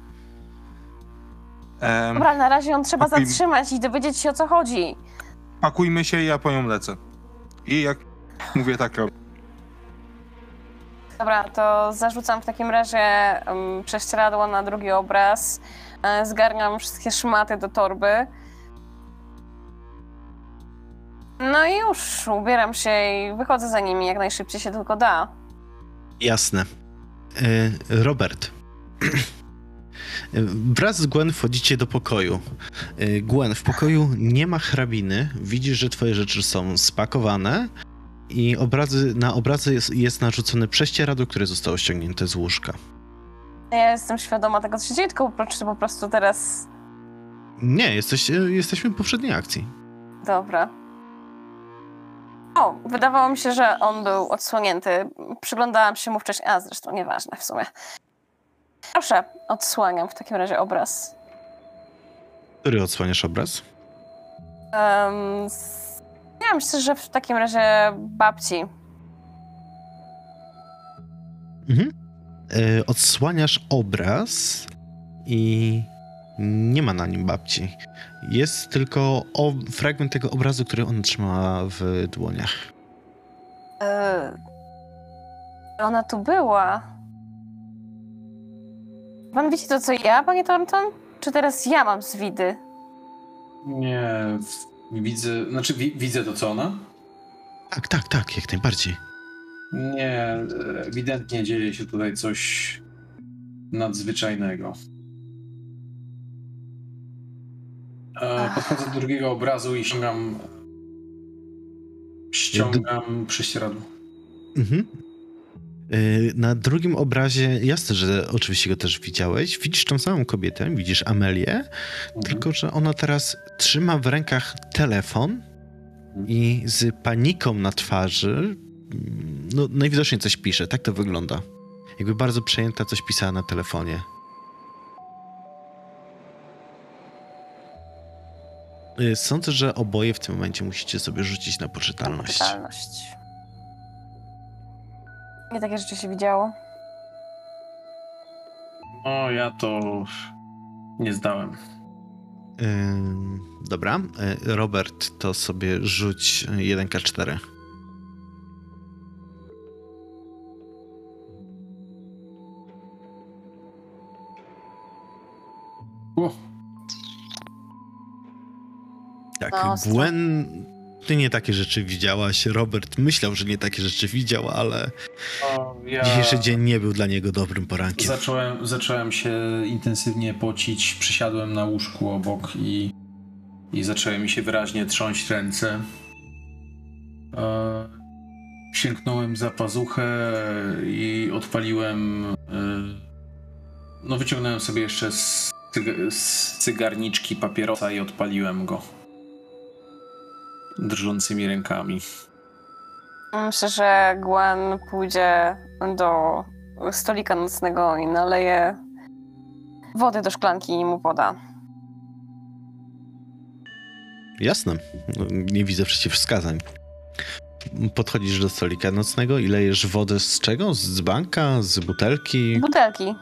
Dobra, na razie ją trzeba zatrzymać i dowiedzieć się, o co chodzi. Pakujmy się i ja po nią lecę. I jak mówię, tak robię. Dobra, to zarzucam w takim razie prześcieradło na drugi obraz. Zgarniam wszystkie szmaty do torby. No i już, ubieram się i wychodzę za nimi jak najszybciej się tylko da. Jasne. Robert. Wraz z Gwen wchodzicie do pokoju. Gwen, w pokoju nie ma hrabiny. Widzisz, że twoje rzeczy są spakowane i na obrazy jest narzucone prześcieradło, które zostało ściągnięte z łóżka. Ja jestem świadoma tego, co się dzieje, tylko po prostu teraz... Nie, jesteśmy w poprzedniej akcji. Dobra. O, wydawało mi się, że on był odsłonięty. Przyglądałam się mu wcześniej, a zresztą nieważne w sumie. Proszę, odsłaniam w takim razie obraz. Który odsłaniasz obraz? Ja myślę, że w takim razie babci. Mhm. Odsłaniasz obraz i nie ma na nim babci. Jest tylko fragment tego obrazu, który ona trzymała w dłoniach. Ona tu była. Pan widzi to, co ja, panie Thornton? Czy teraz ja mam zwidy? Nie, widzę to, co ona? Tak, jak najbardziej. Nie, ewidentnie dzieje się tutaj coś nadzwyczajnego. Podchodzę do drugiego obrazu i ściągam prześcieradło. Mhm. Na drugim obrazie, jasne, że oczywiście go też widziałeś, widzisz tą samą kobietę, widzisz Amelię, tylko że ona teraz trzyma w rękach telefon i z paniką na twarzy, no najwidoczniej coś pisze, tak to wygląda. Jakby bardzo przejęta coś pisała na telefonie. Sądzę, że oboje w tym momencie musicie sobie rzucić na poczytalność. Nie takie rzeczy się widziało. No, ja to nie zdałem. Dobra. Robert, to sobie rzuć 1K4. Tak, No, Gwen, ty nie takie rzeczy widziałaś. Robert myślał, że nie takie rzeczy widział, ale dzisiejszy dzień nie był dla niego dobrym porankiem. Zacząłem się intensywnie pocić, przysiadłem na łóżku obok i zaczęły mi się wyraźnie trząść ręce. Sięgnąłem za pazuchę i odpaliłem... wyciągnąłem sobie jeszcze z cygarniczki papierosa i odpaliłem go drżącymi rękami. Myślę, że Gwen pójdzie do stolika nocnego i naleje wody do szklanki i mu poda. Jasne. Nie widzę przeciwwskazań. Podchodzisz do stolika nocnego i lejesz wodę z czego? Z dzbanka? Z butelki? Butelki.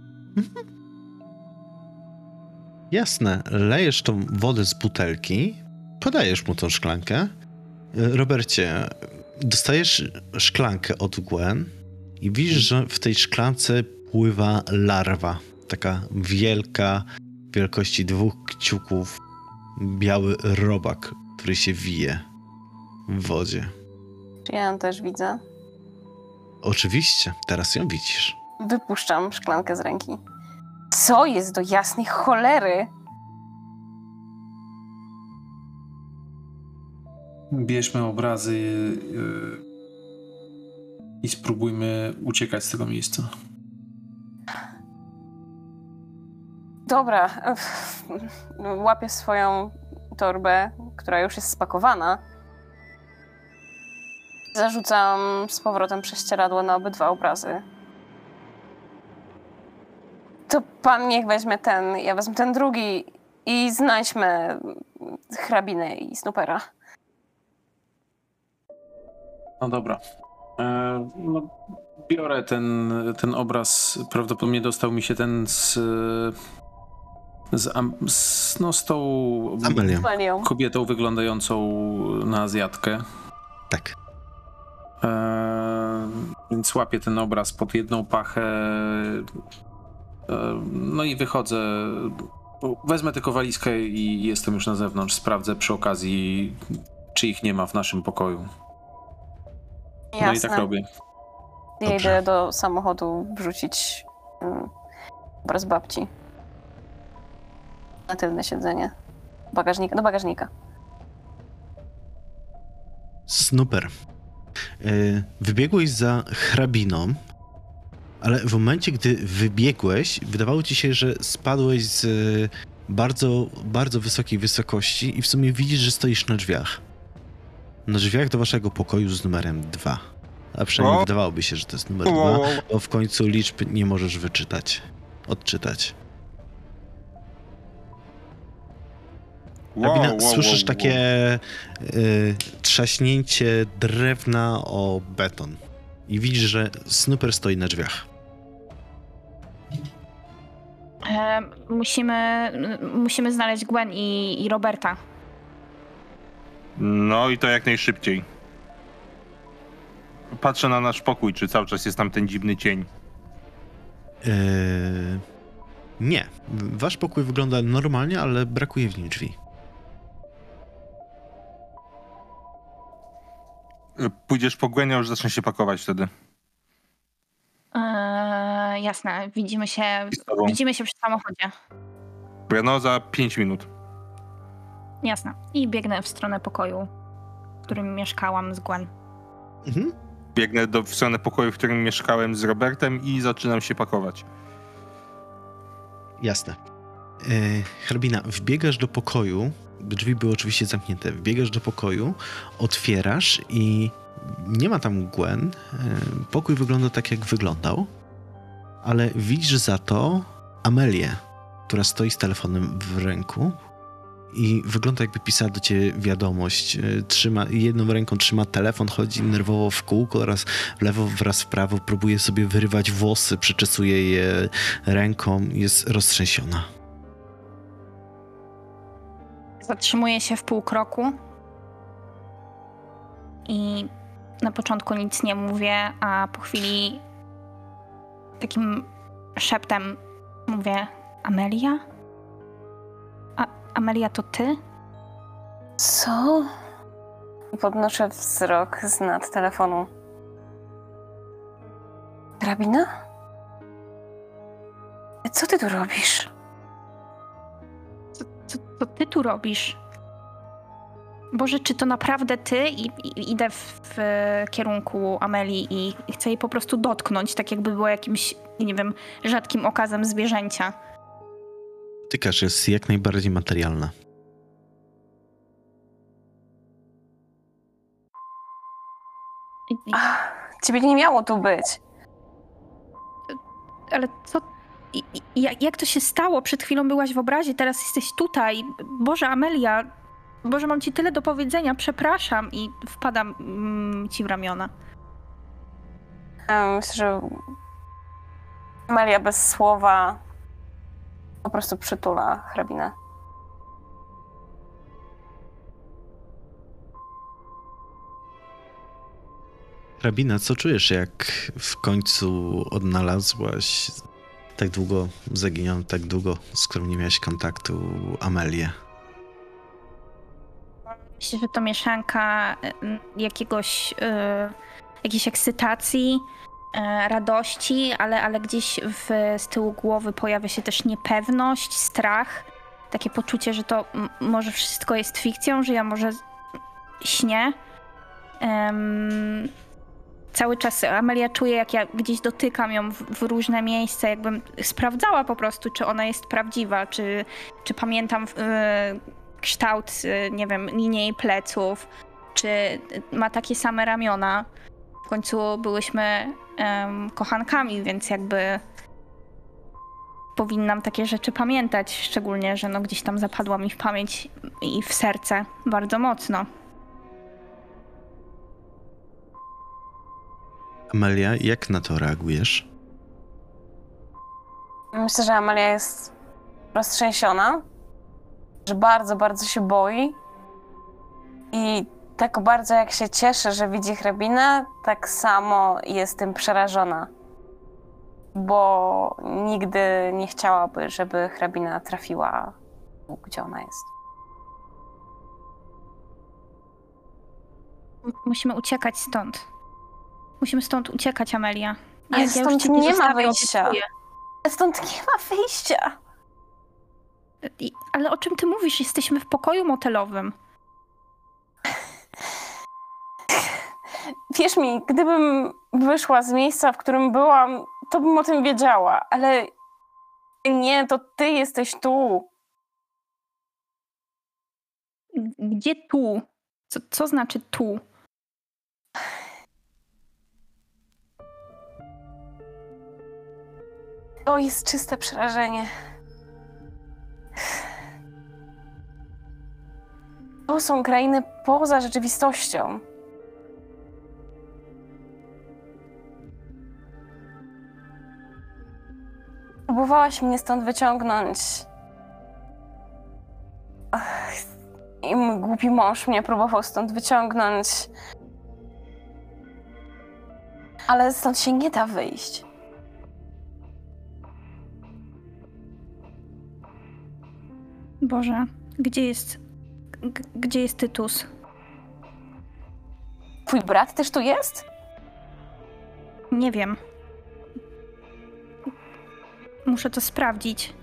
Jasne. Lejesz tą wodę z butelki, podajesz mu tą szklankę. Robercie, dostajesz szklankę od Gwen i widzisz, że w tej szklance pływa larwa. Taka wielka, wielkości 2 kciuków, biały robak, który się wije w wodzie. Czy ja ją też widzę? Oczywiście, teraz ją widzisz. Wypuszczam szklankę z ręki. Co jest do jasnej cholery? Bierzmy obrazy i spróbujmy uciekać z tego miejsca. Dobra. Łapię swoją torbę, która już jest spakowana. Zarzucam z powrotem prześcieradło na obydwa obrazy. To pan niech weźmie ten, ja wezmę ten drugi i znajdźmy hrabinę i Snoopera. No dobra. Biorę ten obraz. Prawdopodobnie dostał mi się ten z tą Amelią. Kobietą wyglądającą na Azjatkę. Tak. Więc łapię ten obraz pod jedną pachę. No i wychodzę. Wezmę tylko walizkę i jestem już na zewnątrz. Sprawdzę przy okazji, czy ich nie ma w naszym pokoju. Jasne. No i tak robię. Ja Dobrze. idę do samochodu wrzucić obraz babci. Na tylne siedzenie. Do bagażnika. Snooper. Wybiegłeś za hrabiną, ale w momencie, gdy wybiegłeś, wydawało ci się, że spadłeś z bardzo, bardzo wysokiej wysokości i w sumie widzisz, że stoisz na drzwiach. Na drzwiach do waszego pokoju z numerem 2. A przynajmniej wydawałoby się, że to jest numer 2, bo w końcu liczb nie możesz odczytać. Rabina, słyszysz takie trzaśnięcie drewna o beton i widzisz, że Snooper stoi na drzwiach. Musimy znaleźć Gwen i Roberta. No i to jak najszybciej. Patrzę na nasz pokój, czy cały czas jest tam ten dziwny cień. Nie. Wasz pokój wygląda normalnie, ale brakuje w nim drzwi. Pójdziesz po Gwen, ja już zacznę się pakować wtedy. Jasne, widzimy się przy samochodzie. No za 5 minut. Jasne. I biegnę w stronę pokoju, w którym mieszkałam z Gwen. Mhm. Biegnę w stronę pokoju, w którym mieszkałem z Robertem i zaczynam się pakować. Jasne. Harbina, wbiegasz do pokoju, drzwi były oczywiście zamknięte, wbiegasz do pokoju, otwierasz i nie ma tam Gwen. Pokój wygląda tak, jak wyglądał, ale widzisz za to Amelię, która stoi z telefonem w ręku i wygląda, jakby pisała do ciebie wiadomość. Jedną ręką trzyma telefon, chodzi nerwowo w kółko, raz w lewo, raz w prawo, próbuje sobie wyrywać włosy, przeczesuje je ręką, jest roztrzęsiona. Zatrzymuję się w pół kroku i na początku nic nie mówię, a po chwili takim szeptem mówię: Amelia? Amelia, to ty? Co? Podnoszę wzrok z nad telefonu. Rabina? Co ty tu robisz? Co ty tu robisz? Boże, czy to naprawdę ty? I idę w kierunku Amelii i chcę jej po prostu dotknąć, tak jakby było jakimś, nie wiem, rzadkim okazem zwierzęcia. Tykasz jest jak najbardziej materialna. Ciebie nie miało tu być. Ale co? Jak to się stało? Przed chwilą byłaś w obrazie, teraz jesteś tutaj. Boże, Amelia, Boże, mam ci tyle do powiedzenia, przepraszam. I wpadam ci w ramiona. Myślę, że Amelia bez słowa po prostu przytula hrabinę. Hrabina, co czujesz, jak w końcu odnalazłaś tak długo zaginioną, tak długo, z którą nie miałaś kontaktu, Amelię? Myślę, że to mieszanka jakiejś ekscytacji, radości, ale gdzieś z tyłu głowy pojawia się też niepewność, strach, takie poczucie, że to może wszystko jest fikcją, że ja może śnię. Cały czas Amelia czuje, jak ja gdzieś dotykam ją w różne miejsca, jakbym sprawdzała po prostu, czy ona jest prawdziwa, czy pamiętam kształt, nie wiem, linii jej pleców, czy ma takie same ramiona. W końcu byłyśmy kochankami, więc jakby powinnam takie rzeczy pamiętać, szczególnie, że no gdzieś tam zapadła mi w pamięć i w serce bardzo mocno. Amelia, jak na to reagujesz? Myślę, że Amelia jest roztrzęsiona, że bardzo, bardzo się boi i tak bardzo jak się cieszy, że widzi hrabinę, tak samo jest tym przerażona. Bo nigdy nie chciałaby, żeby hrabina trafiła, gdzie ona jest. Musimy uciekać stąd. Musimy stąd uciekać, Amelia. Ale już stąd cię nie ma zostawię, wyjścia. obiecuję. Ale stąd nie ma wyjścia. Ale o czym ty mówisz? Jesteśmy w pokoju motelowym. Wierz mi, gdybym wyszła z miejsca, w którym byłam, to bym o tym wiedziała, ale nie, to ty jesteś tu. Gdzie tu? Co znaczy tu? To jest czyste przerażenie. To są krainy poza rzeczywistością. Próbowałaś mnie stąd wyciągnąć. I mój głupi mąż mnie próbował stąd wyciągnąć. Ale stąd się nie da wyjść. Boże, gdzie jest Tytus? Twój brat też tu jest? Nie wiem. Muszę to sprawdzić.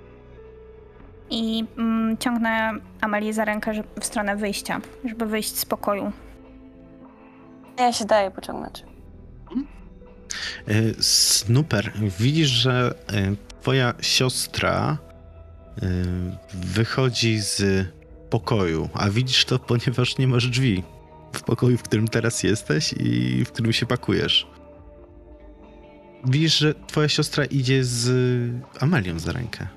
I ciągnę Amelię za rękę w stronę wyjścia, żeby wyjść z pokoju. Ja się daję pociągnąć. Snooper, widzisz, że twoja siostra wychodzi z pokoju, a widzisz to, ponieważ nie masz drzwi w pokoju, w którym teraz jesteś i w którym się pakujesz. Widzisz, że twoja siostra idzie z Amelią za rękę.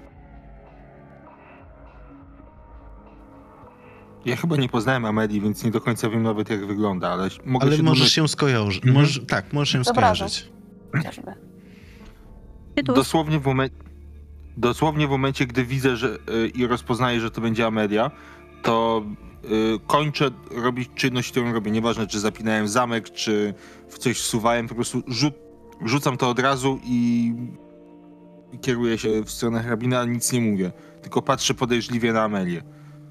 Ja chyba nie poznałem Amelii, więc nie do końca wiem nawet jak wygląda, ale mogę Ale się możesz się skojarzyć. Tak, możesz się skojarzyć. Chociażby. Tytus. Dosłownie w momencie, gdy widzę i rozpoznaję, że to będzie Amelia, to kończę robić czynność, którą robię. Nieważne, czy zapinałem zamek, czy w coś wsuwałem, po prostu rzucam to od razu i kieruję się w stronę hrabiny, ale nic nie mówię. Tylko patrzę podejrzliwie na Amelię.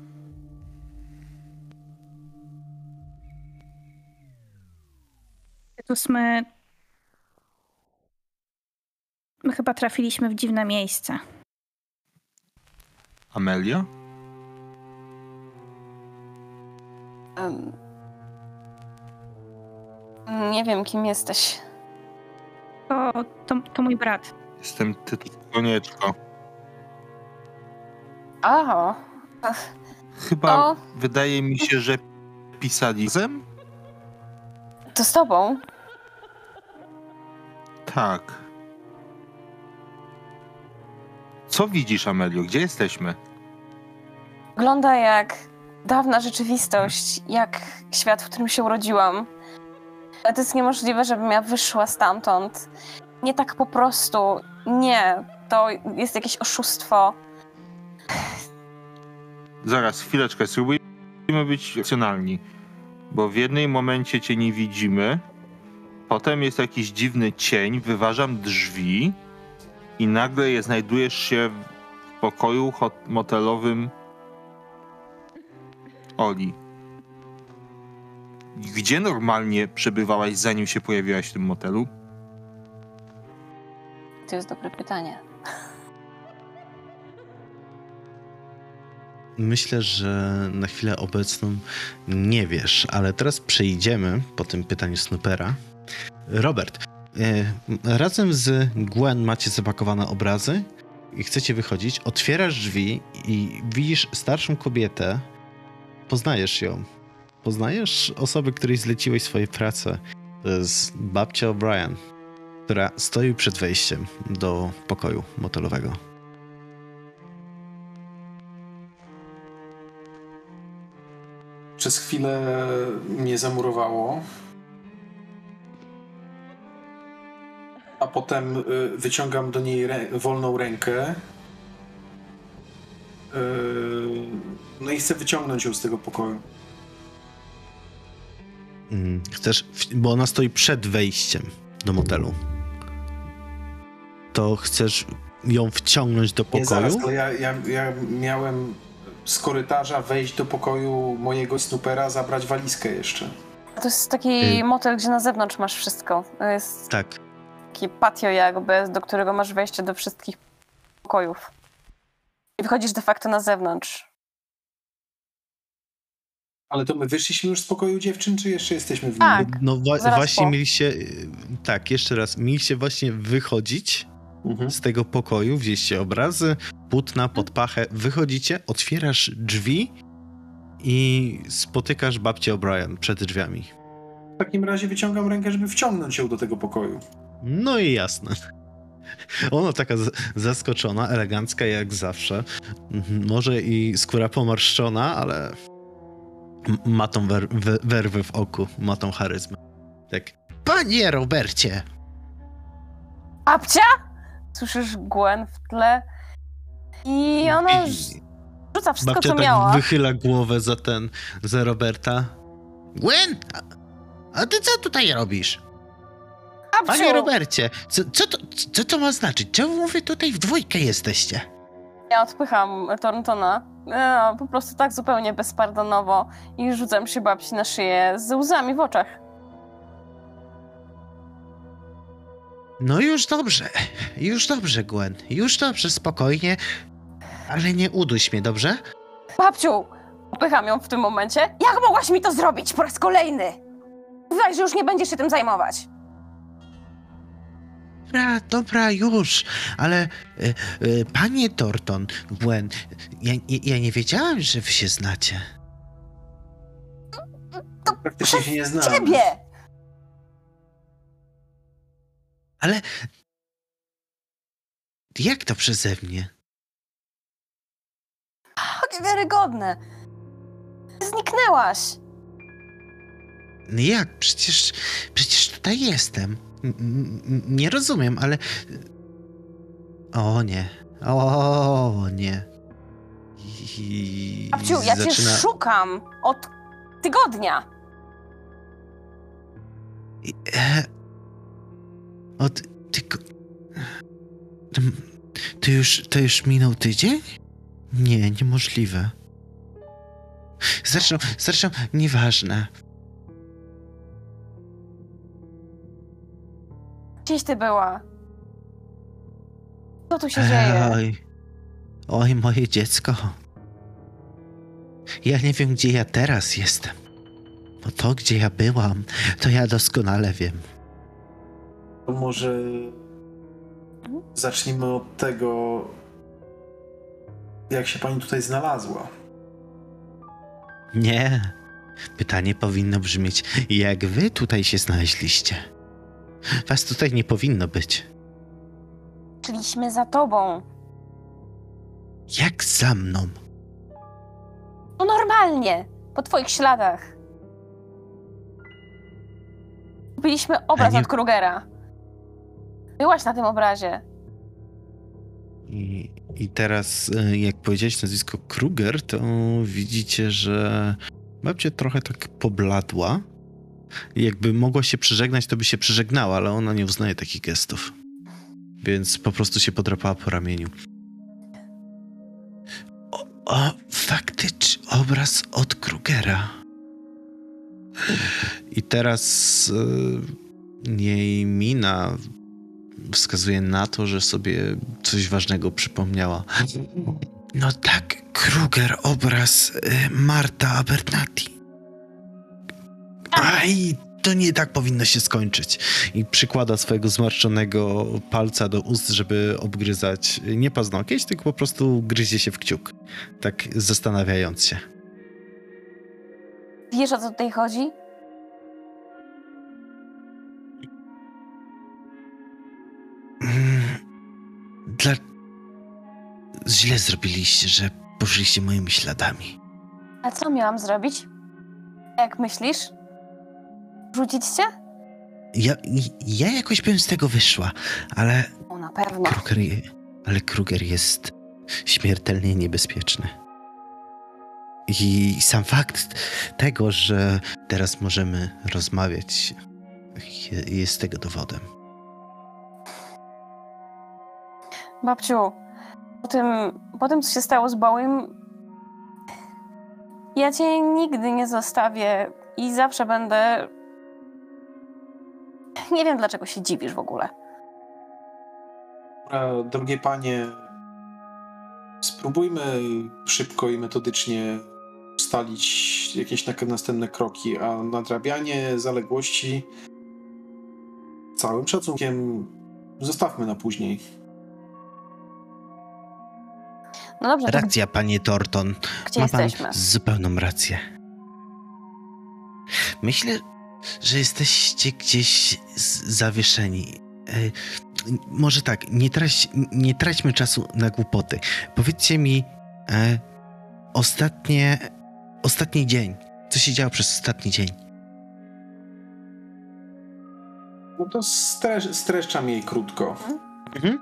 Tytus, my chyba trafiliśmy w dziwne miejsce. Amelia? Nie wiem, kim jesteś. To mój brat. Jestem Tytus Konieczko. Aho. Chyba O. wydaje mi się, że pisali razem? To z tobą? Tak. Co widzisz, Amelio? Gdzie jesteśmy? Wygląda jak dawna rzeczywistość, jak świat, w którym się urodziłam. Ale to jest niemożliwe, żebym ja wyszła stamtąd. Nie tak po prostu. Nie. To jest jakieś oszustwo. Zaraz, chwileczkę, spróbujmy być racjonalni. Bo w jednym momencie cię nie widzimy, potem jest jakiś dziwny cień, wyważam drzwi i nagle znajdujesz się w pokoju motelowym Oli. Gdzie normalnie przebywałaś, zanim się pojawiłaś w tym motelu? To jest dobre pytanie. Myślę, że na chwilę obecną nie wiesz, ale teraz przejdziemy po tym pytaniu Snoopera. Robert, razem z Gwen macie zapakowane obrazy i chcecie wychodzić. Otwierasz drzwi i widzisz starszą kobietę. Poznajesz ją. Poznajesz osobę, której zleciłeś swoje prace. To jest babcia O'Brien, która stoi przed wejściem do pokoju motelowego. Przez chwilę mnie zamurowało, a potem wyciągam do niej wolną rękę. No i chcę wyciągnąć ją z tego pokoju. Chcesz, bo ona stoi przed wejściem do motelu. To chcesz ją wciągnąć do Nie, pokoju? zaraz, ale ja miałem z korytarza wejść do pokoju mojego snupera, zabrać walizkę jeszcze. To jest taki motel, gdzie na zewnątrz masz wszystko. To jest Tak. taki patio jakby, do którego masz wejście do wszystkich pokojów. I wychodzisz de facto na zewnątrz. Ale to my wyszliśmy już z pokoju dziewczyn, czy jeszcze jesteśmy w nim? Tak. No zaraz właśnie po. mieliście... Tak, jeszcze raz. Mieliście właśnie wychodzić z tego pokoju, wzięliście obrazy, płótna pod pachę, wychodzicie, otwierasz drzwi i spotykasz babcię O'Brien przed drzwiami. W takim razie wyciągam rękę, żeby wciągnąć ją do tego pokoju. No i jasne. Ona taka zaskoczona, elegancka jak zawsze. Może i skóra pomarszczona, ale ma tą werwę w oku, ma tą charyzmę. Tak. Panie Robercie! Babcia? Słyszysz Gwen w tle i ona już rzuca wszystko, Babcia co tak miała. wychyla głowę za Roberta. Gwen! A ty co tutaj robisz? Panie Babciu! Robercie, co to ma znaczyć? Czemu wy tutaj w dwójkę jesteście? Ja odpycham Thorntona. Po prostu tak zupełnie bezpardonowo i rzucam się babci na szyję z łzami w oczach. No już dobrze, Gwen. Już dobrze, spokojnie. Ale nie uduś mnie, dobrze? Babciu! Odpycham ją w tym momencie. Jak mogłaś mi to zrobić po raz kolejny? Mówiłaś, że już nie będziesz się tym zajmować. Dobra, już. Ale panie Thornton, Gwen, ja nie wiedziałem, że wy się znacie. Praktycznie się nie znam. Ciebie! Ale jak to przeze mnie? Niewiarygodne. Zniknęłaś. No jak? Przecież tutaj jestem. Nie rozumiem, ale... O nie. Babciu, ja cię szukam od tygodnia. To już minął tydzień? Nie, niemożliwe. Zresztą nieważne. Gdzieś ty była? Co tu się dzieje? Oj, moje dziecko. Ja nie wiem, gdzie ja teraz jestem. Bo to, gdzie ja byłam, to ja doskonale wiem. To może zacznijmy od tego, jak się pani tutaj znalazła. Nie. Pytanie powinno brzmieć, jak wy tutaj się znaleźliście? Was tutaj nie powinno być. Szliśmy za tobą. Jak za mną? No normalnie, po twoich śladach. Kupiliśmy obraz od Krugera. Byłaś na tym obrazie. I teraz, jak powiedziałeś nazwisko Kruger, to widzicie, że babcia trochę tak pobladła. Jakby mogła się przeżegnać, to by się przeżegnała, ale ona nie uznaje takich gestów. Więc po prostu się podrapała po ramieniu. Faktycznie obraz od Krugera. I teraz jej mina wskazuje na to, że sobie coś ważnego przypomniała. No tak, Kruger, obraz Marta Abernathy. Aj, to nie tak powinno się skończyć. I przykłada swojego zmarszczonego palca do ust, żeby obgryzać nie paznokieć, tylko po prostu gryzie się w kciuk. Tak zastanawiając się. Wiesz, o co tutaj chodzi? Źle zrobiliście, że poszliście moimi śladami. A co miałam zrobić? Jak myślisz? Rzucić cię? Ja jakoś bym z tego wyszła, ale... No na pewno. Kruger jest śmiertelnie niebezpieczny. I sam fakt tego, że teraz możemy rozmawiać, jest tego dowodem. Babciu, po tym, co się stało z Bowiem, ja cię nigdy nie zostawię i zawsze będę... Nie wiem, dlaczego się dziwisz w ogóle. Drogie panie, spróbujmy szybko i metodycznie ustalić jakieś następne kroki, a nadrabianie zaległości całym szacunkiem zostawmy na później. No dobrze, to Racja, panie Thornton. gdzie Ma pan jesteśmy? zupełną rację. Myślę, że jesteście gdzieś zawieszeni. Może tak, nie traćmy czasu na głupoty. Powiedzcie mi ostatni dzień. Co się działo przez ostatni dzień? No to streszczam jej krótko, Mhm.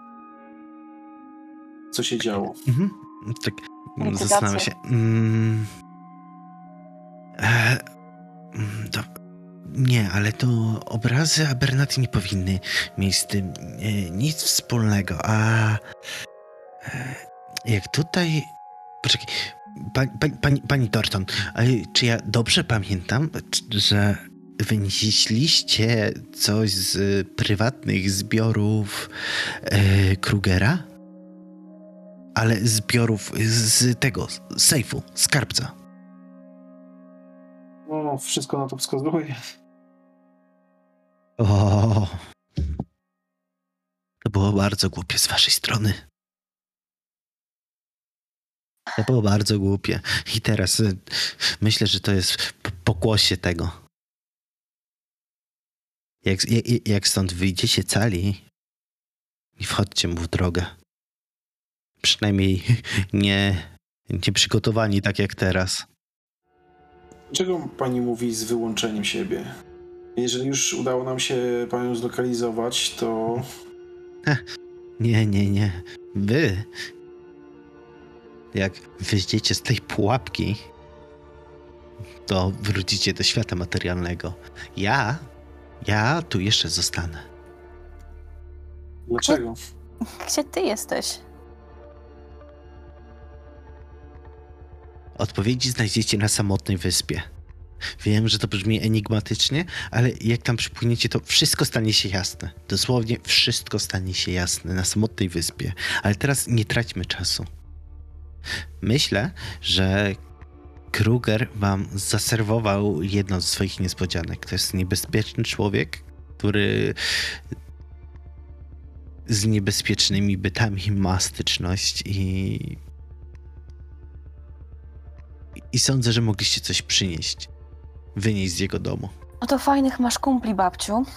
co się działo. Mhm. Tak, Licytacje. zastanawiam się. Nie, ale to obrazy Abernathy nie powinny mieć z tym nic wspólnego, a jak tutaj... Poczekaj, pani Thornton, czy ja dobrze pamiętam, że wynieśliście coś z prywatnych zbiorów Krugera? Ale zbiorów z tego, z sejfu, skarbca. No, wszystko na to wskazuje. O, to było bardzo głupie z waszej strony. To było bardzo głupie. I teraz myślę, że to jest pokłosie tego. Jak stąd wyjdziecie cali, nie wchodźcie mu w drogę. Przynajmniej nie przygotowani tak jak teraz. Czego pani mówi z wyłączeniem siebie? Jeżeli już udało nam się panią zlokalizować, to... Nie. Wy, jak wyjdziecie z tej pułapki, to wrócicie do świata materialnego. Ja tu jeszcze zostanę. Dlaczego? Gdzie ty jesteś? Odpowiedzi znajdziecie na samotnej wyspie. Wiem, że to brzmi enigmatycznie, ale jak tam przypłyniecie, to wszystko stanie się jasne. Dosłownie wszystko stanie się jasne na samotnej wyspie. Ale teraz nie traćmy czasu. Myślę, że Kruger wam zaserwował jedną z swoich niespodzianek. To jest niebezpieczny człowiek, który z niebezpiecznymi bytami ma styczność i sądzę, że mogliście coś wynieść z jego domu. No to fajnych masz kumpli, babciu.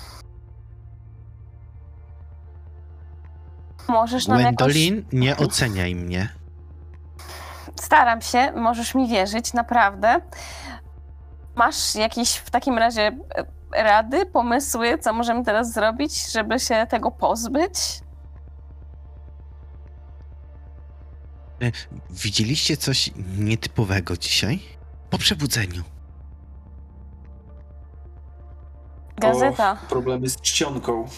Możesz nam Gwendolyn, nie oceniaj mnie. Staram się, możesz mi wierzyć, naprawdę. Masz jakieś w takim razie rady, pomysły, co możemy teraz zrobić, żeby się tego pozbyć? Widzieliście coś nietypowego dzisiaj? Po przebudzeniu. Gazeta. Problemy z czcionką.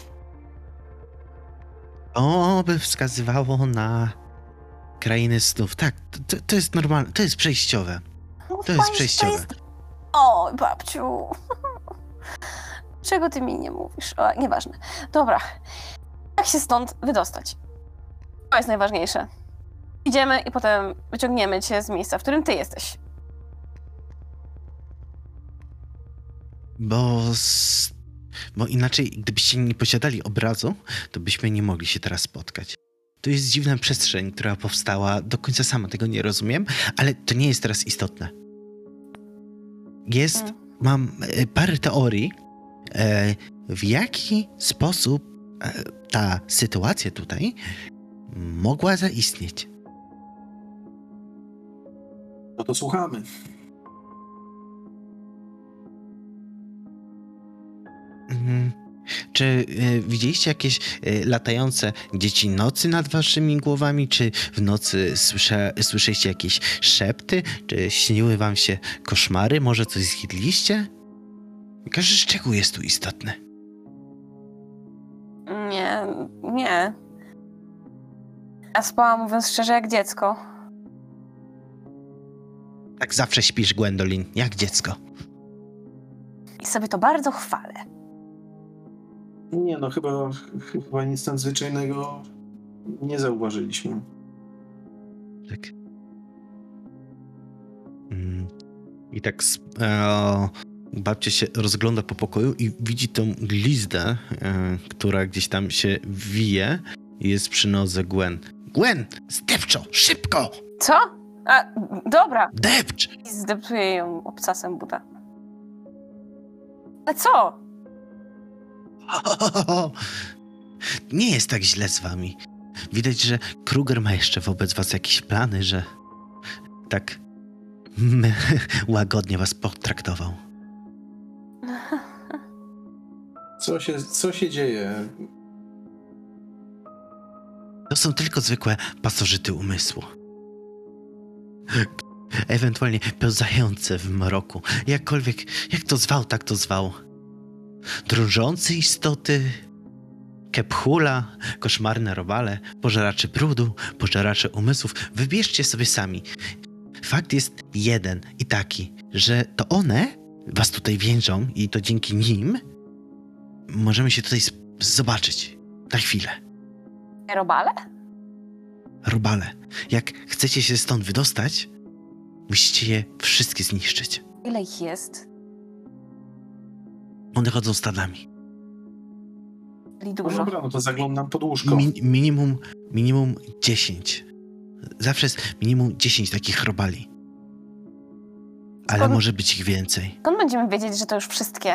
To by wskazywało na krainę snów. Tak, to jest normalne, to jest przejściowe. To jest przejściowe. O, babciu. Czego ty mi nie mówisz? O, nieważne. Dobra. Jak się stąd wydostać? To jest najważniejsze. Idziemy i potem wyciągniemy cię z miejsca, w którym ty jesteś. Bo inaczej, gdybyście nie posiadali obrazu, to byśmy nie mogli się teraz spotkać. To jest dziwna przestrzeń, która powstała, do końca sama tego nie rozumiem, ale to nie jest teraz istotne. Mam parę teorii, w jaki sposób ta sytuacja tutaj mogła zaistnieć. No to słuchamy. czy widzieliście jakieś latające dzieci nocy nad waszymi głowami? Czy w nocy słyszeliście jakieś szepty? Czy śniły wam się koszmary? Może coś zjedliście? Każdy szczegół jest tu istotny. Nie. Ja spałam, mówiąc szczerze, jak dziecko. Tak zawsze śpisz, Gwendolyn, jak dziecko. I sobie to bardzo chwalę. Nie no, chyba nic nadzwyczajnego nie zauważyliśmy. Tak. I tak babcia się rozgląda po pokoju i widzi tą glizdę, która gdzieś tam się wije i jest przy nodze Gwen. Gwen, zdepczo, szybko! Co? A, dobra. Depcz! I zdeptuję ją obcasem buta. Ale co? Nie jest tak źle z wami. Widać, że Kruger ma jeszcze wobec was jakieś plany, że tak łagodnie was potraktował. Co się dzieje? To są tylko zwykłe pasożyty umysłu. Ewentualnie pełzające w mroku. Jakkolwiek, jak to zwał, tak to zwał. Drążące istoty, kephula, koszmarne robale, pożeracze brudu, pożeracze umysłów. Wybierzcie sobie sami. Fakt jest jeden i taki, że to one was tutaj więżą i to dzięki nim możemy się tutaj zobaczyć. Na chwilę. Robale? Robale, jak chcecie się stąd wydostać, musicie je wszystkie zniszczyć. Ile ich jest? One chodzą stadami. Czyli No dużo. dobra, no to zaglądam pod łóżko. Minimum 10. Zawsze jest minimum 10 takich robali. Ale Skąd- może być ich więcej. Skąd będziemy wiedzieć, że to już wszystkie?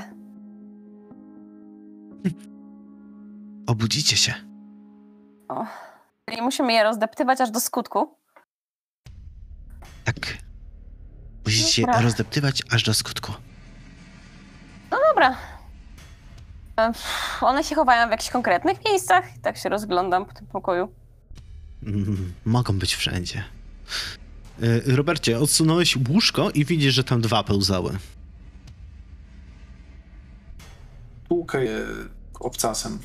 Obudzicie się. O. Czyli musimy je rozdeptywać aż do skutku? Tak. Musicie Dobra. rozdeptywać aż do skutku. No dobra. One się chowają w jakichś konkretnych miejscach i tak się rozglądam po tym pokoju. Mogą być wszędzie. Robercie, odsunąłeś łóżko i widzisz, że tam 2 pełzały. Tłukę je obcasem.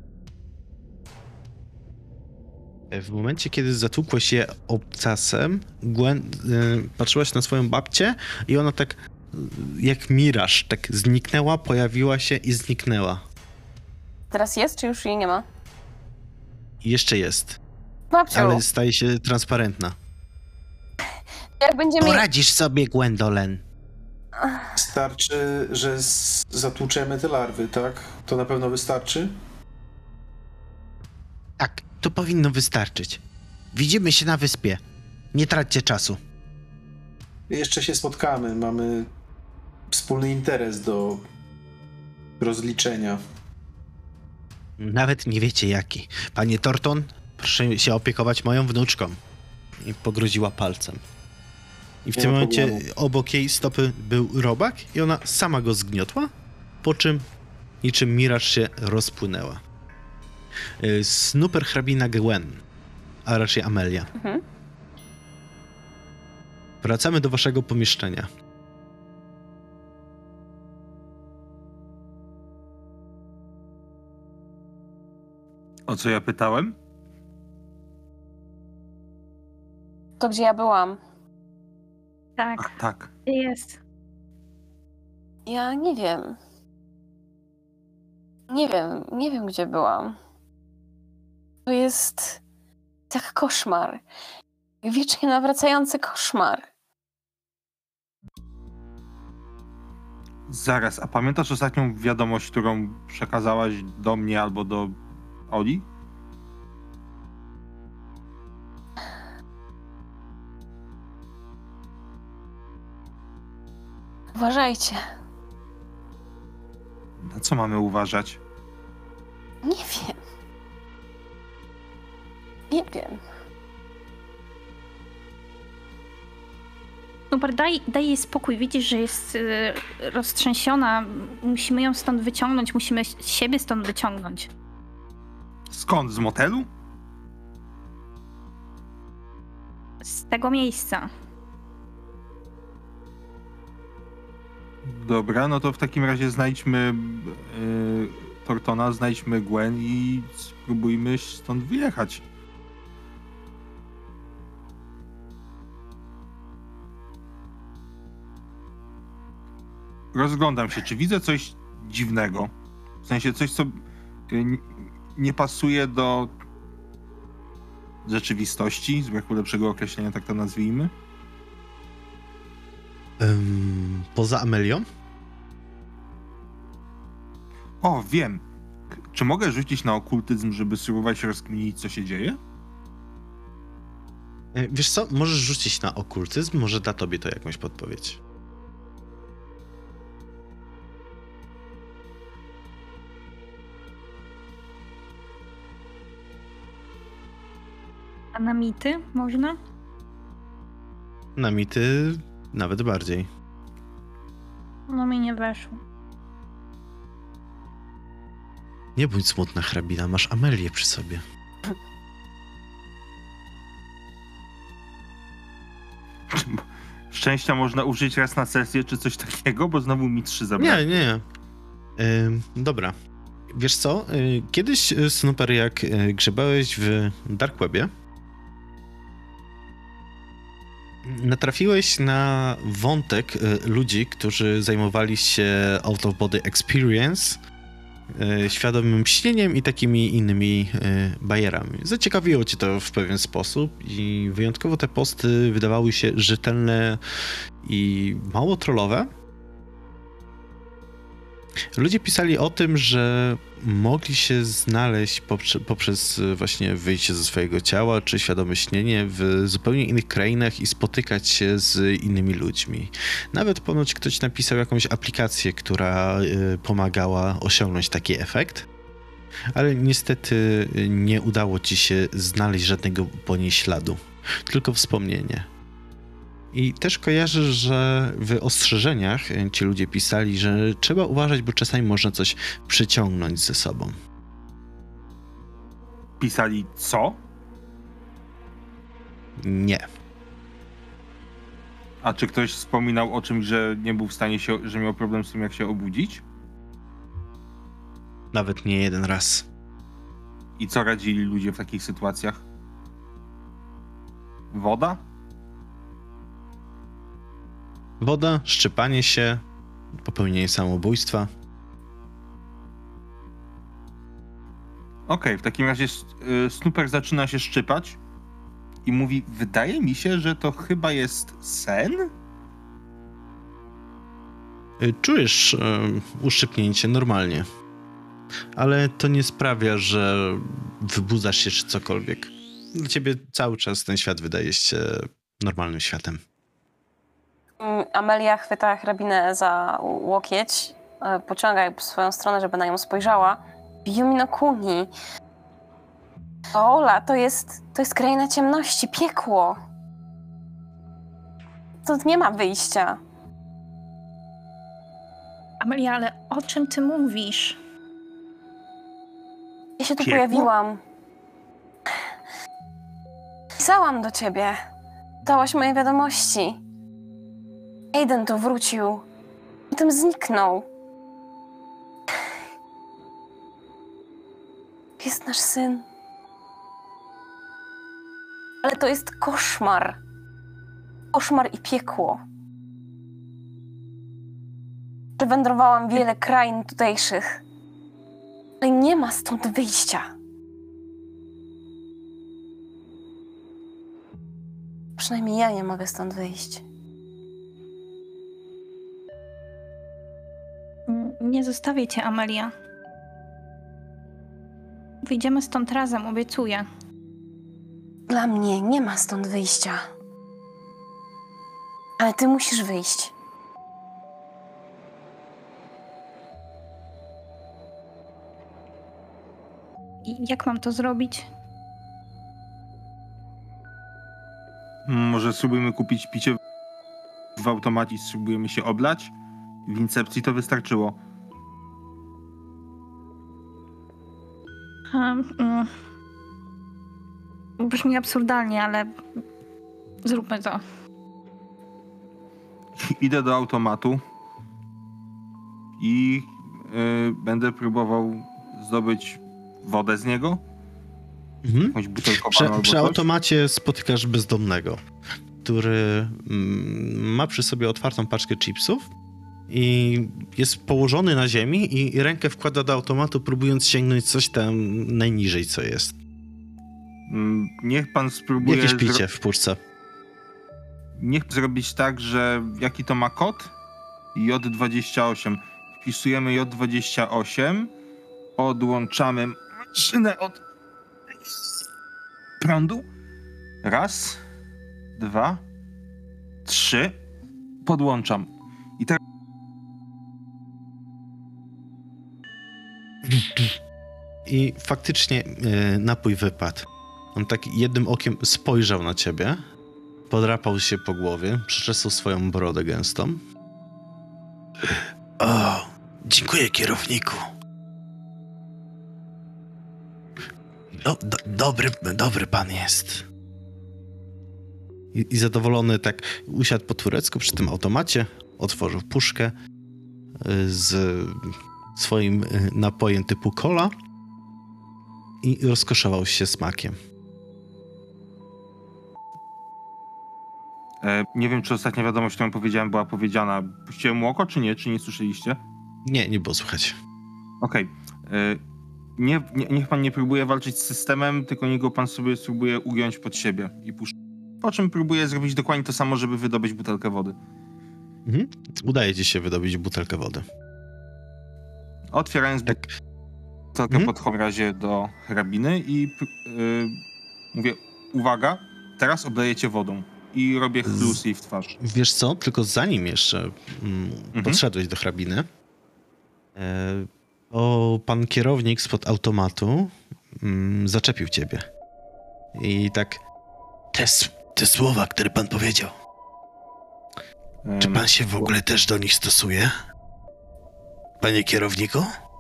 W momencie, kiedy zatłukłeś je obcasem, Gwen, patrzyłaś na swoją babcię i ona tak jak miraż, tak zniknęła, pojawiła się i zniknęła. Teraz jest, czy już jej nie ma? I jeszcze jest, Babciu, ale staje się transparentna. jak będziemy... Poradzisz sobie, Gwendolyn. Wystarczy, że zatłuczemy te larwy, tak? To na pewno wystarczy? Tak, to powinno wystarczyć. Widzimy się na wyspie. Nie traćcie czasu. Jeszcze się spotkamy, mamy wspólny interes do rozliczenia. Nawet nie wiecie jaki. Panie Thornton, proszę się opiekować moją wnuczką. I pogruziła palcem. I w Nie tym ma momencie problemu. obok jej stopy był robak i ona sama go zgniotła, po czym niczym miraż się rozpłynęła. Snooper hrabina Gwen, a raczej Amelia. Mhm. Wracamy do waszego pomieszczenia. O co ja pytałem? To gdzie ja byłam? Tak, Ach, tak. jest. Ja nie wiem. Nie wiem gdzie byłam. To jest jak koszmar. Wiecznie nawracający koszmar. Zaraz, a pamiętasz ostatnią wiadomość, którą przekazałaś do mnie albo do Oli? Uważajcie. Na co mamy uważać? Nie wiem. Nie wiem. Snooper, daj jej spokój, widzisz, że jest roztrzęsiona. Musimy ją stąd wyciągnąć, musimy siebie stąd wyciągnąć. Skąd? Z motelu? Z tego miejsca. Dobra, no to w takim razie znajdźmy Tortona, znajdźmy Gwen i spróbujmy stąd wyjechać. Rozglądam się, czy widzę coś dziwnego? W sensie coś, co nie pasuje do rzeczywistości, z braku lepszego określenia, tak to nazwijmy. Poza Amelią? O, wiem. Czy mogę rzucić na okultyzm, żeby spróbować rozkminić, co się dzieje? Wiesz co, możesz rzucić na okultyzm, może da tobie to jakąś podpowiedź. A na mity można? Na mity nawet bardziej. No mi nie weszło. Nie bądź smutna, hrabina, masz Amelię przy sobie. Szczęścia można użyć raz na sesję, czy coś takiego, bo znowu mi 3 zabrać. Nie. Dobra. Wiesz co, kiedyś, Snooper, jak grzebałeś w Dark Webie, natrafiłeś na wątek ludzi, którzy zajmowali się out of body experience, świadomym śnieniem i takimi innymi bajerami. Zaciekawiło cię to w pewien sposób i wyjątkowo te posty wydawały się rzetelne i mało trollowe. Ludzie pisali o tym, że mogli się znaleźć poprzez właśnie wyjście ze swojego ciała czy świadome śnienie w zupełnie innych krainach i spotykać się z innymi ludźmi. Nawet ponoć ktoś napisał jakąś aplikację, która pomagała osiągnąć taki efekt, ale niestety nie udało ci się znaleźć żadnego po niej śladu, tylko wspomnienie. I też kojarzę, że w ostrzeżeniach ci ludzie pisali, że trzeba uważać, bo czasami można coś przyciągnąć ze sobą. Pisali co? Nie. A czy ktoś wspominał o czymś, że nie był w stanie że miał problem z tym, jak się obudzić? Nawet nie jeden raz. I co radzili ludzie w takich sytuacjach? Woda? Woda, szczypanie się, popełnienie samobójstwa. Okej, w takim razie Snooper zaczyna się szczypać i mówi, wydaje mi się, że to chyba jest sen? Czujesz uszczypnięcie normalnie, ale to nie sprawia, że wybudzasz się czy cokolwiek. Dla ciebie cały czas ten świat wydaje się normalnym światem. Amelia chwyta hrabinę za łokieć, pociąga ją w swoją stronę, żeby na nią spojrzała. Yumi Kuni. Ola, to jest kraina ciemności, piekło. Tu nie ma wyjścia. Amelia, ale o czym ty mówisz? Ja się tu Piekło? pojawiłam. Pisałam do ciebie. Dałaś moje wiadomości. Aiden tu wrócił. Potem zniknął. Jest nasz syn. Ale to jest koszmar. Koszmar i piekło. Przewędrowałam wiele krain tutejszych. Ale nie ma stąd wyjścia. Przynajmniej ja nie mogę stąd wyjść. Nie zostawię cię, Amelia. Wyjdziemy stąd razem, obiecuję. Dla mnie nie ma stąd wyjścia. Ale ty musisz wyjść. I jak mam to zrobić? Może spróbujmy kupić picie. w automacie i spróbujemy się oblać. W Incepcji to wystarczyło. Brzmi absurdalnie, ale zróbmy to. Idę do automatu i będę próbował zdobyć wodę z niego. Jakąś butelkowaną albo Przy coś. automacie spotykasz bezdomnego, który ma przy sobie otwartą paczkę chipsów i jest położony na ziemi i rękę wkłada do automatu, próbując sięgnąć coś tam najniżej, co jest. Niech pan spróbuje... Jakieś picie w puszce. Niech zrobić tak, że jaki to ma kod? J28. Wpisujemy J28, odłączamy maszynę od prądu. 1, 2, 3. Podłączam. I teraz I faktycznie napój wypadł. On tak jednym okiem spojrzał na ciebie, podrapał się po głowie, przyczesał swoją brodę gęstą. O, dziękuję, kierowniku. Dobry pan jest. I zadowolony tak usiadł po turecku przy tym automacie, otworzył puszkę z swoim napojem typu cola i rozkoszował się smakiem. nie wiem, czy ostatnia wiadomość, którą powiedziałem, była powiedziana. Puściłem mu oko, czy nie? Czy nie słyszeliście? Nie było słychać. Okej. Niech pan nie próbuje walczyć z systemem, tylko niech go pan sobie spróbuje ugiąć pod siebie i puszczać. Po czym próbuje zrobić dokładnie to samo, żeby wydobyć butelkę wody. Udaje ci się wydobyć butelkę wody. Otwierając butelkę pod razie do hrabiny i mówię, uwaga, teraz oblejecie wodą. I robię chlus jej w twarz. Wiesz co, tylko zanim jeszcze podszedłeś do hrabiny, pan kierownik spod automatu zaczepił ciebie. I tak, te słowa, które pan powiedział, czy pan się w ogóle też do nich stosuje? Panie kierowniku?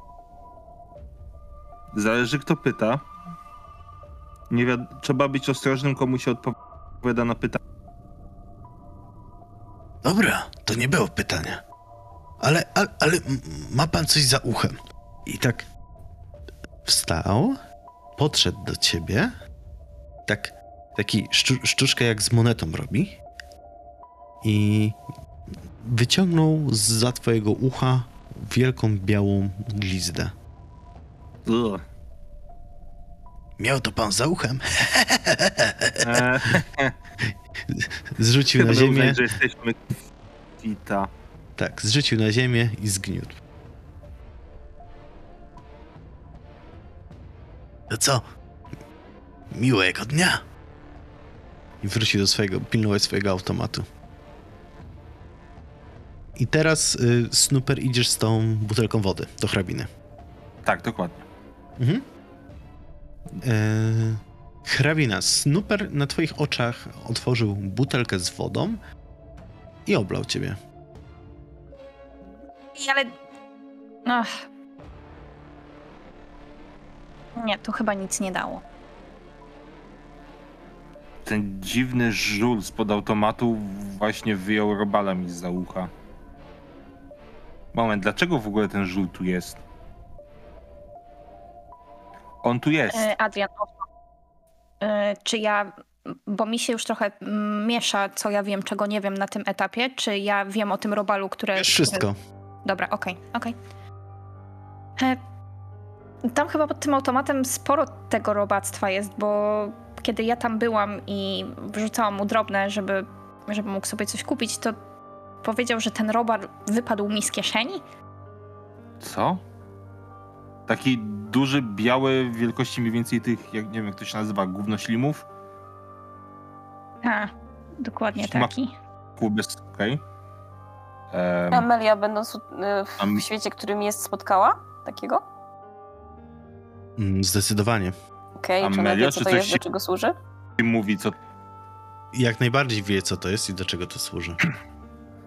Zależy, kto pyta. Trzeba być ostrożnym, komu się odpowiada na pytanie. Dobra, to nie było pytania. Ale ma pan coś za uchem. I tak wstał, podszedł do ciebie, taki sztuczkę jak z monetą robi i wyciągnął zza twojego ucha wielką białą glizdę. Miał to pan za uchem? Zrzucił na ziemię. Uznać, że jesteśmy kwita. Tak, zrzucił na ziemię i zgniótł. To co? Miłego dnia. I wrócił do pilnować swojego automatu. I teraz, Snooper, idziesz z tą butelką wody do hrabiny. Tak, dokładnie. Hrabina, Snooper na twoich oczach otworzył butelkę z wodą i oblał ciebie. Ale... Nie, to chyba nic nie dało. Ten dziwny żul spod automatu właśnie wyjął robala mi zza ucha. Moment, dlaczego w ogóle ten żul tu jest? On tu jest. Adrian, czy ja... Bo mi się już trochę miesza, co ja wiem, czego nie wiem na tym etapie. Czy ja wiem o tym robalu, które... Wiesz wszystko. Dobra, okej. Tam chyba pod tym automatem sporo tego robactwa jest, bo kiedy ja tam byłam i wrzucałam mu drobne, żeby mógł sobie coś kupić, to powiedział, że ten robal wypadł mi z kieszeni. Co? Taki duży, biały, wielkości mniej więcej tych, jak nie wiem, jak to się nazywa, gównoślimów? Dokładnie taki. Kubys, okej. Amelia, będąc w świecie, którym jest, spotkała takiego? Zdecydowanie. Okej, czy ona wie, co to jest, do czego służy? Mówi, co... Jak najbardziej wie, co to jest i do czego to służy.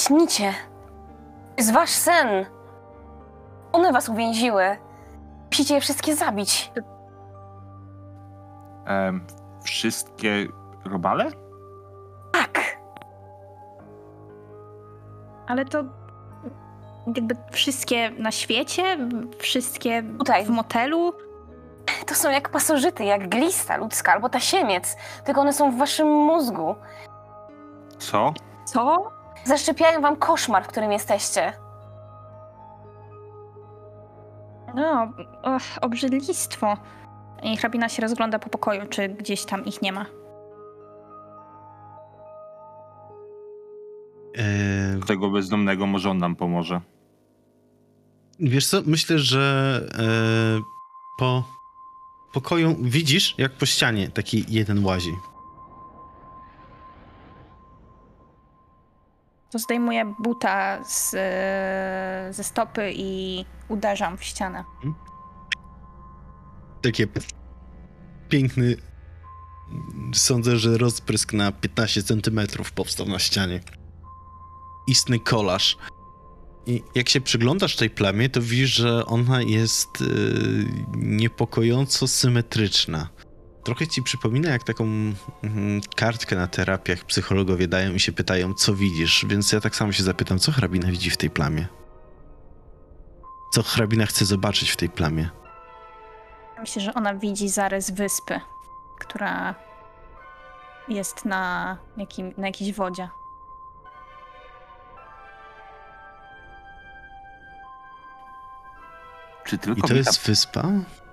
śnicie. To jest wasz sen. One was uwięziły. Musicie je wszystkie zabić. Wszystkie robale? Tak. Ale to jakby wszystkie na świecie? Wszystkie Tutaj. w motelu? To są jak pasożyty, jak glista ludzka albo tasiemiec. Tylko one są w waszym mózgu. Co? Co? Zaszczepiają wam koszmar, w którym jesteście. No, obrzydlistwo. I hrabina się rozgląda po pokoju, czy gdzieś tam ich nie ma. Tego bezdomnego może on nam pomoże. Wiesz co, myślę, że po pokoju widzisz, jak po ścianie taki jeden łazi. To zdejmuję buta ze stopy i uderzam w ścianę. Takie piękny, sądzę, że rozprysk na 15 centymetrów powstał na ścianie. Istny kolaż. I jak się przyglądasz tej plamie, to widzisz, że ona jest niepokojąco symetryczna. Trochę ci przypomina jak taką kartkę na terapiach psychologowie dają i się pytają, co widzisz. Więc ja tak samo się zapytam, co hrabina widzi w tej plamie? Co hrabina chce zobaczyć w tej plamie? Myślę, że ona widzi zarys wyspy, która jest na jakiejś wodzie. Czy I tylko to jest wyspa?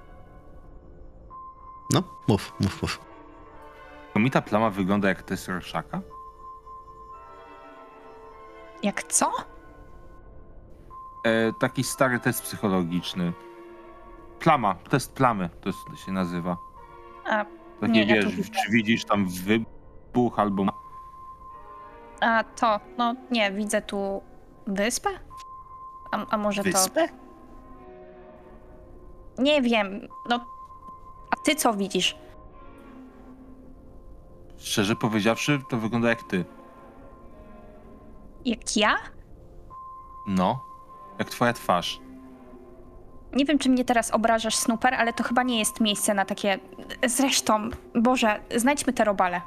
No, mów. mi ta plama wygląda jak test Rorschacha? Jak co? Taki stary test psychologiczny. Plama, test plamy to się nazywa. A, Tak nie, nie ja wiesz, tu widzę. czy widzisz tam wybuch albo... A to, no nie, widzę tu wyspę? A może Wyspę? to... Nie wiem, no... A ty co widzisz? Szczerze powiedziawszy, to wygląda jak ty. Jak ja? No, jak twoja twarz. Nie wiem, czy mnie teraz obrażasz, Snooper, ale to chyba nie jest miejsce na takie... Zresztą, Boże, znajdźmy te robale.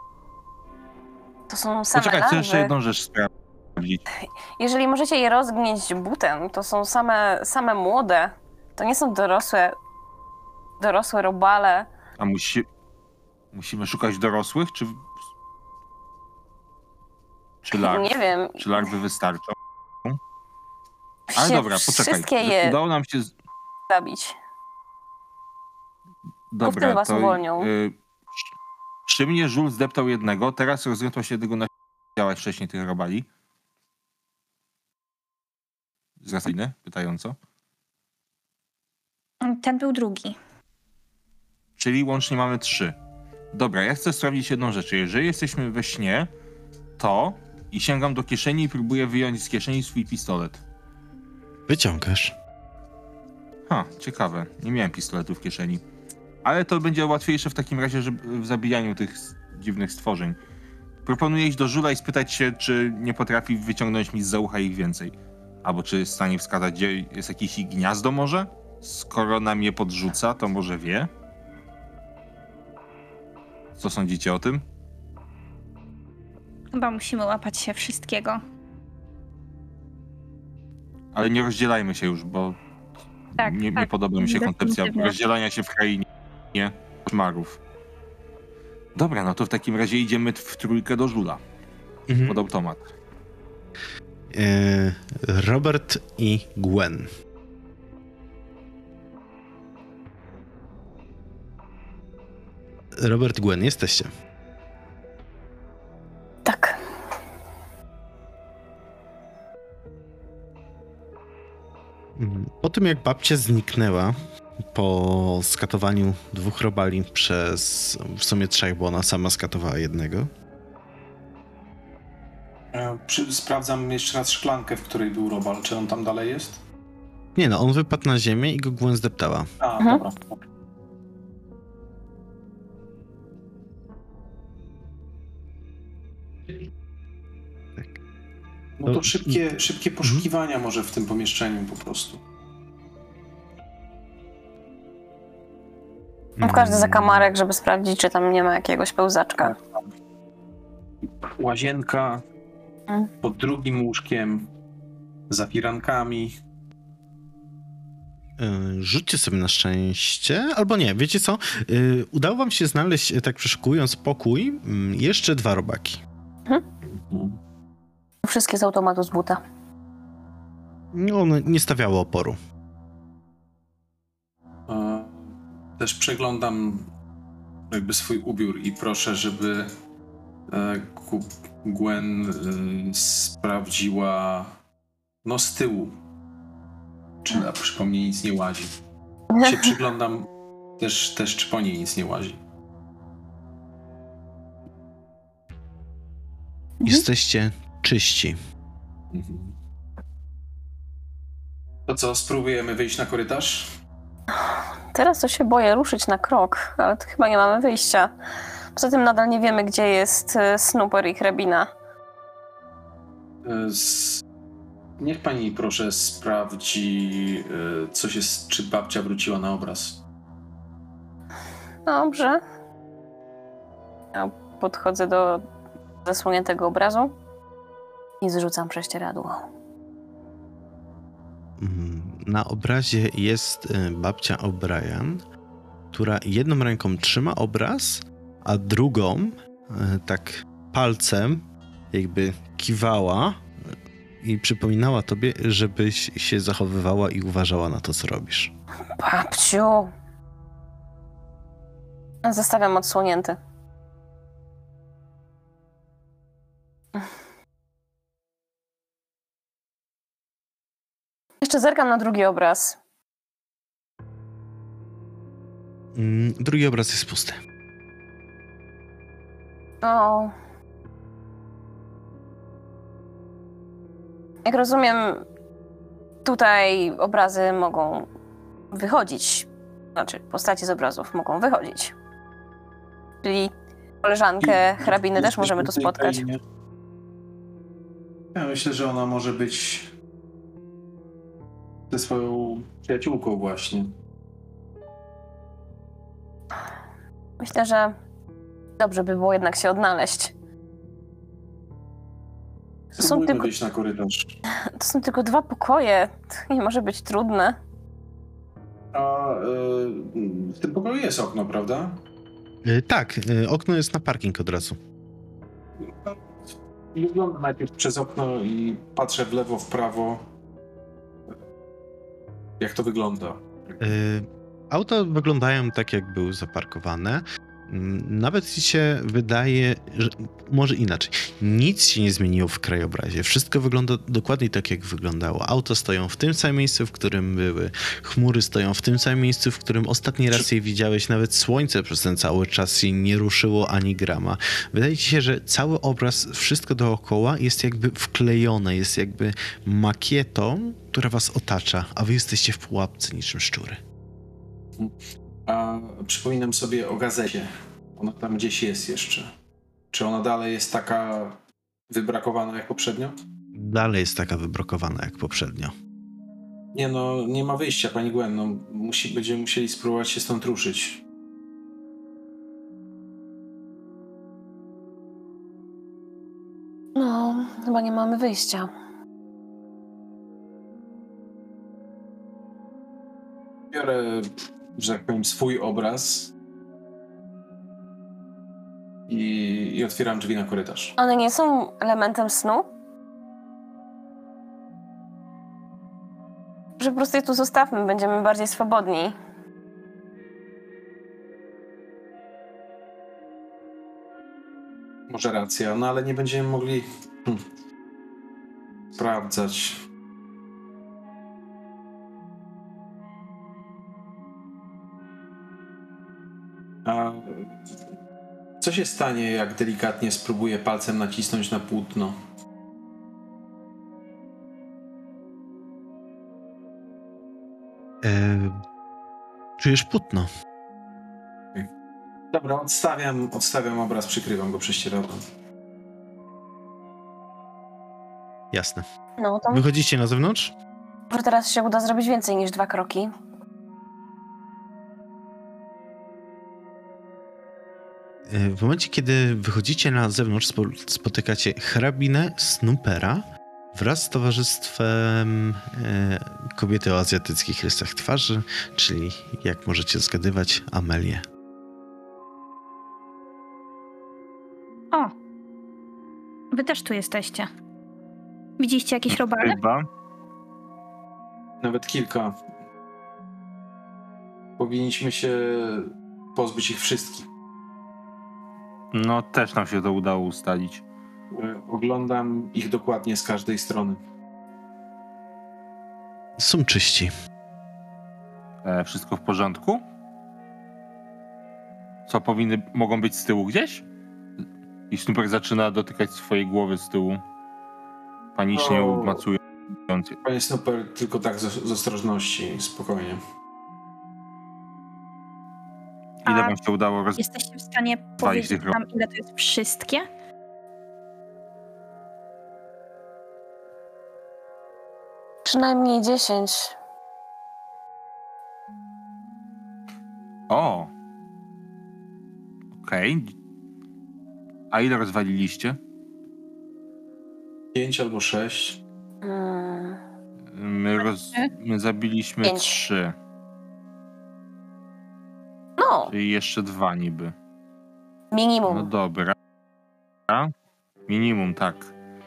To są same Poczekaj, chcę jeszcze larwy. jedną rzecz sprawdzić. Jeżeli możecie je rozgnieść butem, to są same młode. To nie są dorosłe robale. A musimy szukać dorosłych, czy larw? Nie wiem. Czy larwy wystarczą? Ale Musicie dobra, poczekaj. wszystkie je Udało nam się... zabić. Dobra, wtedy was to... uwolnią. Przy mnie żul zdeptał jednego, teraz rozgniotła się tego na... Widziałaś wcześniej tych robali? Zgasiny? Pytająco. Ten był drugi. Czyli łącznie mamy 3. Dobra, ja chcę sprawdzić jedną rzecz. Jeżeli jesteśmy we śnie, to... I sięgam do kieszeni i próbuję wyjąć z kieszeni swój pistolet. Wyciągasz. Ciekawe. Nie miałem pistoletu w kieszeni. Ale to będzie łatwiejsze w takim razie, że w zabijaniu tych dziwnych stworzeń. Proponuję iść do żula i spytać się, czy nie potrafi wyciągnąć mi zza ucha ich więcej. Albo czy jest w stanie wskazać, gdzie jest jakieś ich gniazdo może? Skoro nam je podrzuca, to może wie? Co sądzicie o tym? Chyba musimy łapać się wszystkiego. Ale nie rozdzielajmy się już, bo Tak, nie tak. podoba mi się koncepcja Definitywnie. rozdzielania się w krainie koszmarów. Dobra, no to w takim razie idziemy w trójkę do żula. Pod automat. Robert i Gwen. Robert, Gwen, jesteście. Tak. Po tym jak babcia zniknęła po skatowaniu 2 robali przez w sumie 3, bo ona sama skatowała jednego. Sprawdzam jeszcze raz szklankę, w której był robal. Czy on tam dalej jest? Nie no, on wypadł na ziemię i go Gwen zdeptała. A, Mhm. dobra. No to szybkie poszukiwania może w tym pomieszczeniu po prostu. W każdy zakamarek, żeby sprawdzić, czy tam nie ma jakiegoś pełzaczka. Łazienka pod drugim łóżkiem, za firankami. Rzućcie sobie na szczęście, albo nie, wiecie co? Udało wam się znaleźć, tak przeszukując pokój, jeszcze 2 robaki. Wszystkie z automatu z buta. One nie stawiało oporu. Też przeglądam jakby swój ubiór i proszę, żeby Gwen sprawdziła z tyłu, czy po mnie nic nie łazi. Się przyglądam też czy po niej nic nie łazi. Jesteście czyści. To co, spróbujemy wyjść na korytarz? Teraz to się boję ruszyć na krok, ale to chyba nie mamy wyjścia. Poza tym nadal nie wiemy, gdzie jest Snooper i hrabina. Niech pani proszę sprawdzi, czy babcia wróciła na obraz. Dobrze. Ja podchodzę do zasłoniętego obrazu i zrzucam prześcieradło. Na obrazie jest babcia O'Brien, która jedną ręką trzyma obraz, a drugą tak palcem jakby kiwała i przypominała tobie, żebyś się zachowywała i uważała na to, co robisz. Babciu! Zostawiam odsłonięty. Jeszcze zerkam na drugi obraz. Drugi obraz jest pusty. O. Jak rozumiem, tutaj obrazy mogą wychodzić. Znaczy, postacie z obrazów mogą wychodzić. Czyli koleżankę hrabiny też możemy tu spotkać. Ja myślę, że ona może być ze swoją przyjaciółką właśnie. Myślę, że dobrze by było jednak się odnaleźć. Spróbujmy wyjść na korytarz. To są tylko 2 pokoje. To nie może być trudne. A w tym pokoju jest okno, prawda? Tak, okno jest na parking od razu. Wyglądam najpierw przez okno i patrzę w lewo, w prawo. Jak to wygląda? Auta wyglądają tak, jak były zaparkowane. Nawet ci się wydaje, że może inaczej. Nic się nie zmieniło w krajobrazie. Wszystko wygląda dokładnie tak, jak wyglądało. Auta stoją w tym samym miejscu, w którym były. Chmury stoją w tym samym miejscu, w którym ostatni raz je widziałeś. Nawet słońce przez ten cały czas się nie ruszyło ani grama. Wydaje ci się, że cały obraz, wszystko dookoła jest jakby wklejone, jest jakby makietą, która was otacza, a wy jesteście w pułapce niczym szczury. A przypominam sobie o gazecie. Ona tam gdzieś jest jeszcze. Czy ona dalej jest taka wybrakowana jak poprzednio? Dalej jest taka wybrokowana jak poprzednio. Nie nie ma wyjścia, pani Gwen. Będziemy musieli spróbować się stąd ruszyć. No, chyba nie mamy wyjścia. Biorę, że tak powiem, swój obraz i otwieram drzwi na korytarz. One nie są elementem snu? Że po prostu je tu zostawmy, będziemy bardziej swobodni. Może racja, ale nie będziemy mogli sprawdzać. A co się stanie, jak delikatnie spróbuję palcem nacisnąć na płótno? Czujesz płótno. Dobra, odstawiam obraz, przykrywam go prześcieradłem. Jasne. No to Wychodzicie na zewnątrz? może teraz się uda zrobić więcej niż 2 kroki. W momencie, kiedy wychodzicie na zewnątrz, spotykacie hrabinę Snoopera wraz z towarzystwem kobiety o azjatyckich rysach twarzy, czyli, jak możecie zgadywać, Amelię. O! Wy też tu jesteście. Widzieliście jakieś robale? Chyba. Nawet kilka. Powinniśmy się pozbyć ich wszystkich. No, też nam się to udało ustalić. Oglądam ich dokładnie z każdej strony. Są czyści. Wszystko w porządku? Co, mogą być z tyłu gdzieś? I Snooper zaczyna dotykać swojej głowy z tyłu. Panicznie macując. Panie Snooper, tylko tak z ostrożności, spokojnie. Ile A wam się udało jesteście w stanie powiedzieć tych nam, ile to jest wszystkie? Przynajmniej 10. O! Okej. A ile rozwaliliście? 5 albo 6. My zabiliśmy 5. 3. No, Czyli jeszcze 2 niby. minimum. No dobra. Minimum, tak.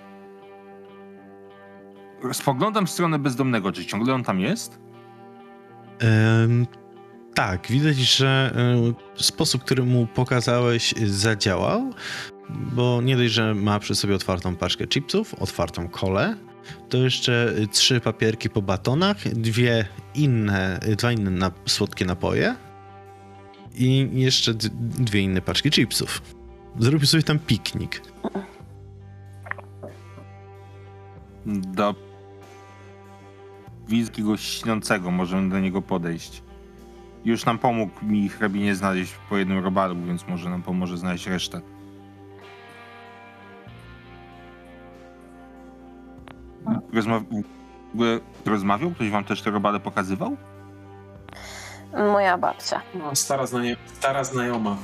Spoglądam w stronę bezdomnego. Czy ciągle on tam jest? Tak, widać, że sposób, który mu pokazałeś, zadziałał, bo nie dość, że ma przy sobie otwartą paczkę chipsów, otwartą kolę, to jeszcze 3 papierki po batonach, 2 inne słodkie napoje i jeszcze 2 inne paczki chipsów. Zrobił sobie tam piknik. Widzę jakiegoś śniącego, możemy do niego podejść. Już nam pomógł mi hrabinie znaleźć po jednym robalu, więc może nam pomoże znaleźć resztę. W ogóle rozmawiał? Ktoś wam też te robale pokazywał? Moja babcia. No, stara znajoma.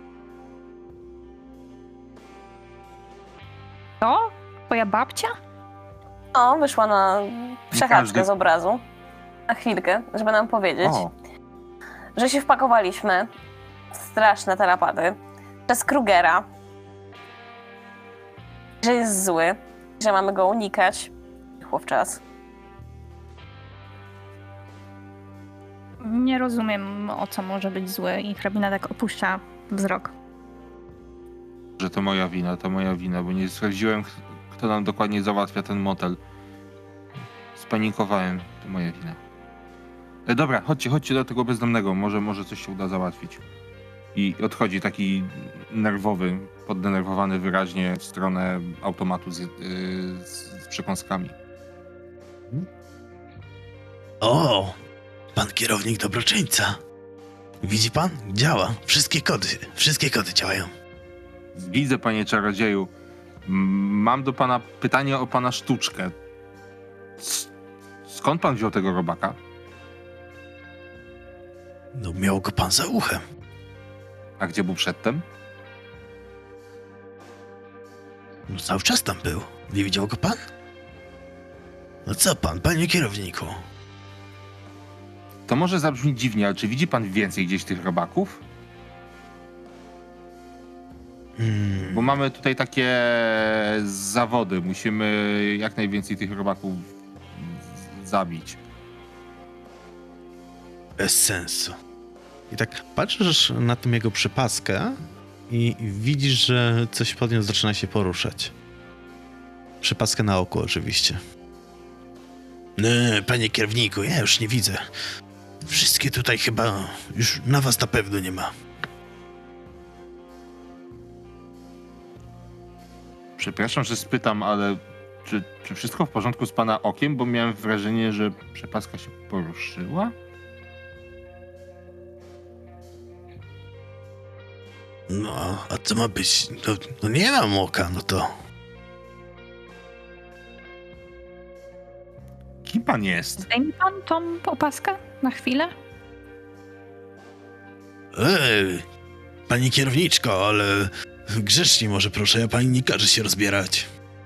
To? Twoja babcia? O, wyszła na przechadzkę każdy- z obrazu. Na chwilkę, żeby nam powiedzieć, O, że się wpakowaliśmy w straszne tarapaty przez Krugera, że jest zły, że mamy go unikać wówczas. Nie rozumiem, o co może być zły i hrabina tak opuszcza wzrok. że to moja wina, bo nie sprawdziłem, kto nam dokładnie załatwia ten motel. Spanikowałem, to moja wina. Dobra, chodźcie do tego bezdomnego, może coś się uda załatwić. I odchodzi taki nerwowy, poddenerwowany wyraźnie w stronę automatu z przekąskami. O! Pan kierownik dobroczyńca. Widzi pan? Działa. Wszystkie kody działają. Widzę, panie czarodzieju. Mam do pana pytanie o pana sztuczkę. Skąd pan wziął tego robaka? No miał go pan za uchem. A gdzie był przedtem? No cały czas tam był. Nie widział go pan? No co pan, panie kierowniku? To może zabrzmi dziwnie, ale czy widzi pan więcej gdzieś tych robaków? Bo mamy tutaj takie zawody. Musimy jak najwięcej tych robaków zabić. Bez sensu. I tak patrzysz na tą jego przepaskę i widzisz, że coś pod nią zaczyna się poruszać. Przepaskę na oku oczywiście. Nie, panie kierowniku, ja już nie widzę. Wszystkie tutaj chyba już na was na pewno nie ma. Przepraszam, że spytam, ale czy wszystko w porządku z pana okiem? Bo miałem wrażenie, że przepaska się poruszyła. No, a co ma być? No nie mam oka, no to... pan jest? Zdejmie pan tą opaskę na chwilę? Pani kierowniczko, ale grzecznie może proszę, ja pani nie każe się rozbierać.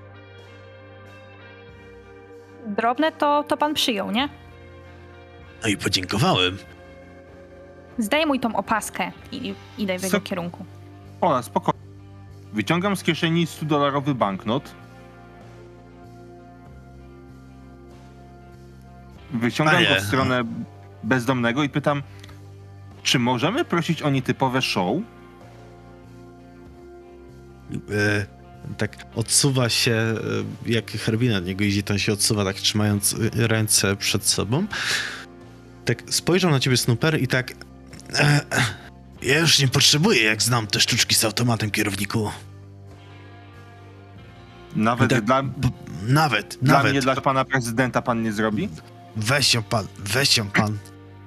Drobne to pan przyjął, nie? No i podziękowałem. Zdejmuj tą opaskę i idę w jego kierunku. Ola, spokojnie. Wyciągam z kieszeni $100 banknot. Wyciągam go w stronę bezdomnego i pytam, czy możemy prosić o nietypowe show? Tak odsuwa się, jak hrabina od niego idzie, to się odsuwa, tak trzymając ręce przed sobą. Tak spojrzał na ciebie Snooper i tak... ja już nie potrzebuję, jak znam te sztuczki z automatem, kierowniku. Nawet tak, Nawet. Dla mnie, dla pana prezydenta pan nie zrobi? Weź ją pan.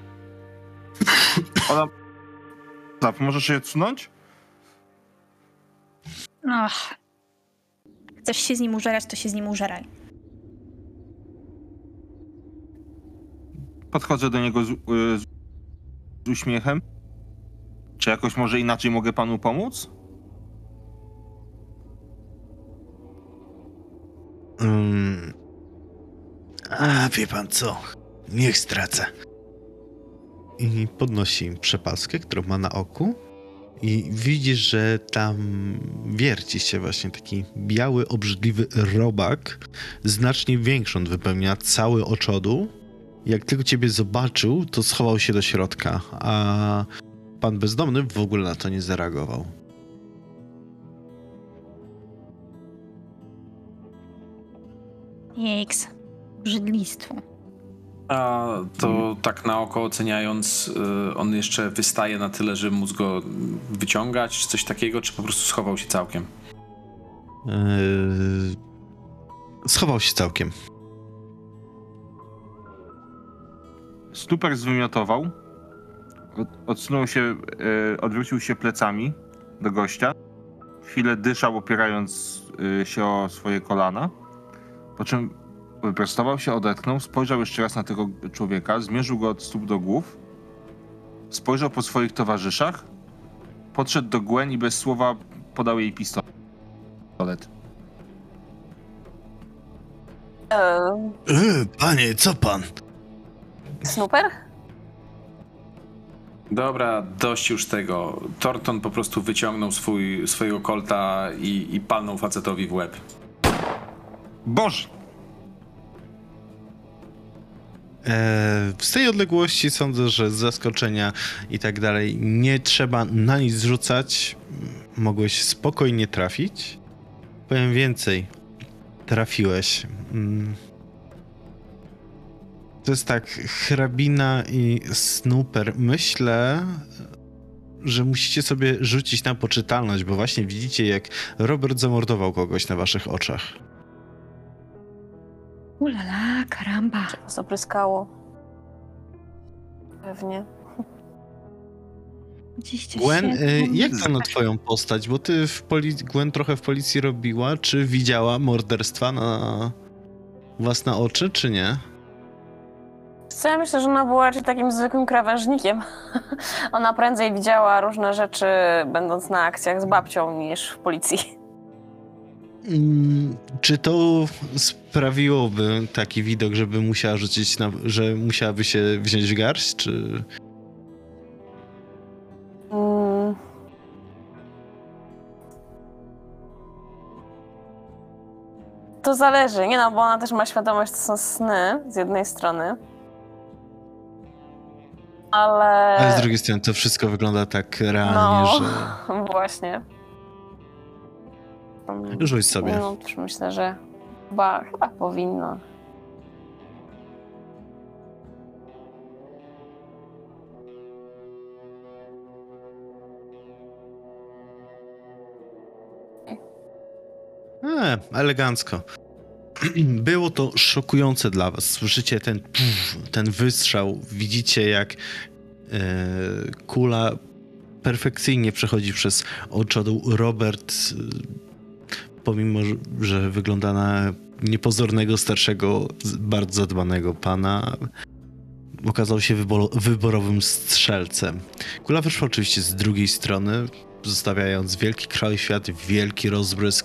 Ola, możesz się odsunąć? Ach. Chcesz się z nim użerać, to się z nim użeraj. Podchodzę do niego z uśmiechem. Czy jakoś może inaczej mogę panu pomóc? Wie pan co? Niech stracę. I podnosi przepaskę, którą ma na oku. I widzisz, że tam wierci się właśnie taki biały, obrzydliwy robak. Znacznie większy, on wypełnia cały oczodół. Jak tylko ciebie zobaczył, to schował się do środka, a pan bezdomny w ogóle na to nie zareagował. Jejks. Brzydlistwo. A to tak na oko oceniając, on jeszcze wystaje na tyle, że móc go wyciągać, czy coś takiego, czy po prostu schował się całkiem? Schował się całkiem. Snooper zwymiotował, odsunął się, odwrócił się plecami do gościa. Chwilę dyszał, opierając się o swoje kolana, po czym wyprostował się, odetchnął, spojrzał jeszcze raz na tego człowieka, zmierzył go od stóp do głów, spojrzał po swoich towarzyszach, podszedł do Gwen i bez słowa podał jej pistolet. Panie, co pan? Snooper? Dobra, dość już tego. Thornton po prostu wyciągnął swojego kolta i palnął facetowi w łeb. Boże! Z tej odległości sądzę, że z zaskoczenia i tak dalej nie trzeba na nic zrzucać. Mogłeś spokojnie trafić. Powiem więcej. Trafiłeś. To jest tak, hrabina i Snooper. Myślę, że musicie sobie rzucić na poczytalność, bo właśnie widzicie, jak Robert zamordował kogoś na waszych oczach. Ulala, karamba. Czy was opryskało? Pewnie. Gwen, jak to na twoją postać? Bo ty Gwen trochę w policji robiła. Czy widziała morderstwa na własne oczy, czy nie? Ja myślę, że ona była raczej takim zwykłym krawężnikiem. Ona prędzej widziała różne rzeczy, będąc na akcjach z babcią, niż w policji. Czy to sprawiłoby taki widok, żeby musiała rzucić, że musiałaby się wziąć w garść, czy... To zależy, nie no, bo ona też ma świadomość, że to są sny z jednej strony. Ale z drugiej strony to wszystko wygląda tak realnie, że... No, właśnie. Rzuć sobie. No, myślę, że chyba powinno. Elegancko. Było to szokujące dla was. Słyszycie ten wystrzał. Widzicie, jak kula perfekcyjnie przechodzi przez oczodół. Robert, pomimo że wygląda na niepozornego, starszego, bardzo zadbanego pana okazał się wyborowym strzelcem. Kula wyszła oczywiście z drugiej strony, zostawiając wielki krwawy świat, wielki rozbrysk.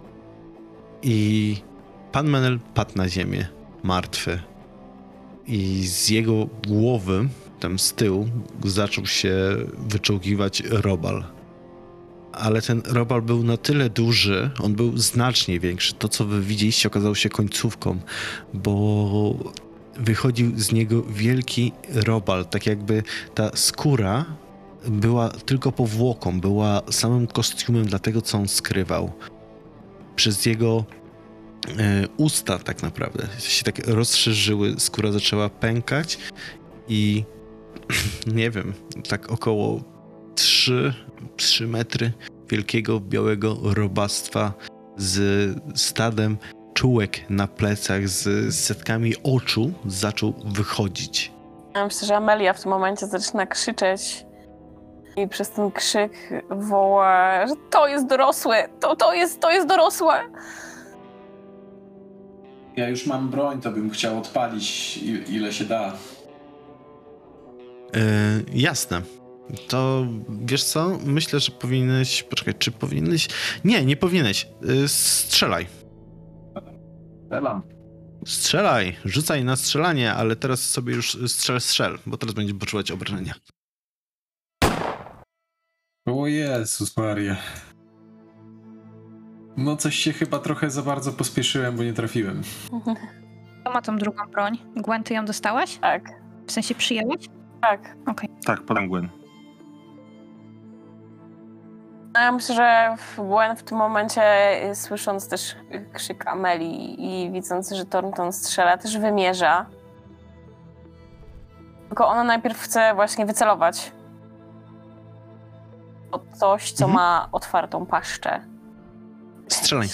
I pan Menel padł na ziemię, martwy. I z jego głowy, tam z tyłu, zaczął się wyczołgiwać robal. Ale ten robal był na tyle duży, on był znacznie większy. To, co wy widzieliście, okazało się końcówką, bo wychodził z niego wielki robal, tak jakby ta skóra była tylko powłoką, była samym kostiumem dla tego, co on skrywał. Przez jego usta tak naprawdę się tak rozszerzyły, skóra zaczęła pękać i nie wiem, tak około 3 metry wielkiego białego robactwa z stadem czułek na plecach, z setkami oczu zaczął wychodzić. Ja myślę, że Amelia w tym momencie zaczyna krzyczeć i przez ten krzyk woła, że to jest dorosłe, to jest dorosłe. Ja już mam broń, to bym chciał odpalić ile się da. Jasne. To wiesz co? Myślę, że powinieneś... Poczekaj, czy powinieneś... Nie powinieneś. Strzelaj. Strzelam. Strzelaj. Rzucaj na strzelanie, ale teraz sobie już strzel, bo teraz będziesz poczuwać obrażenia. O Jezus Maria. No coś się chyba trochę za bardzo pospieszyłem, bo nie trafiłem. Kto ma tą drugą broń? Gwen, ty ją dostałaś? Tak, W sensie przyjęłaś? tak. Okej. Tak, podam Gwen. No ja myślę, że Gwen w tym momencie, słysząc też krzyk Amelii i widząc, że Thornton strzela, też wymierza. Tylko ona najpierw chce właśnie wycelować od coś, co ma otwartą paszczę. Strzelaj.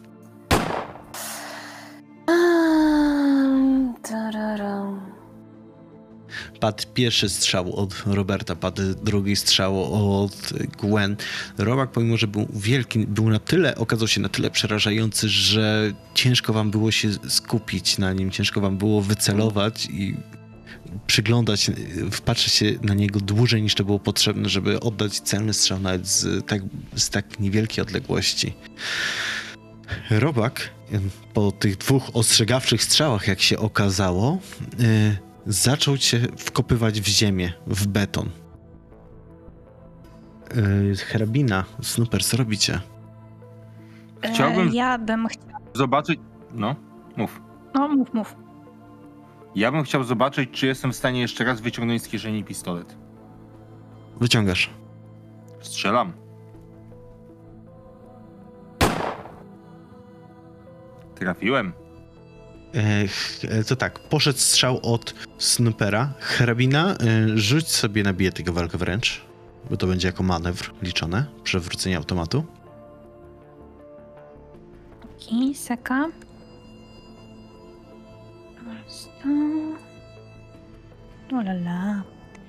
Padł pierwszy strzał od Roberta, padł drugi strzał od Gwen. Robak, pomimo że był wielki, okazał się na tyle przerażający, że ciężko wam było się skupić na nim, ciężko wam było wycelować i przyglądać, wpatrzeć się na niego dłużej niż to było potrzebne, żeby oddać celny strzał nawet z tak niewielkiej odległości. Robak po tych 2 ostrzegawczych strzałach, jak się okazało, zaczął się wkopywać w ziemię, w beton. Hrabina, Snooper, co robicie? Chciałbym Ja bym chciała... zobaczyć... No, mów. No, mów. Ja bym chciał zobaczyć, czy jestem w stanie jeszcze raz wyciągnąć z kieszeni pistolet. Wyciągasz. Strzelam. Trafiłem. To tak, poszedł strzał od Snoopera. Hrabina, rzuć sobie na bijatykę walkę wręcz, bo to będzie jako manewr liczone, przewrócenie automatu. I seka. Olala.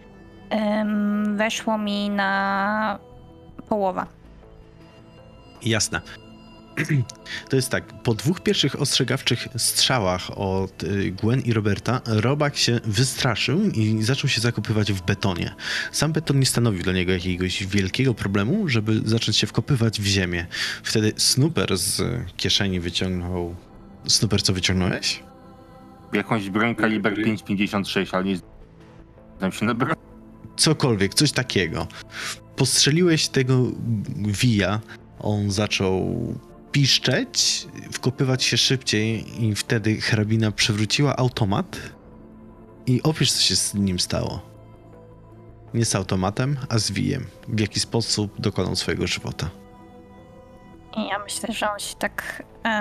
Weszło mi na połowa. Jasne. To jest tak, po 2 pierwszych ostrzegawczych strzałach od Gwen i Roberta, Robak się wystraszył i zaczął się zakopywać w betonie. Sam beton nie stanowił dla niego jakiegoś wielkiego problemu, żeby zacząć się wkopywać w ziemię. Wtedy Snooper z kieszeni wyciągnął... Snooper, co wyciągnąłeś? Jakąś broń kaliber 5,56, ale nie znam się na broń. Cokolwiek, coś takiego. Postrzeliłeś tego wija, on zaczął piszczeć, wkopywać się szybciej i wtedy hrabina przewróciła automat i opisz, co się z nim stało. Nie z automatem, a z wijem. W jaki sposób dokonał swojego żywota. I ja myślę, że on się tak...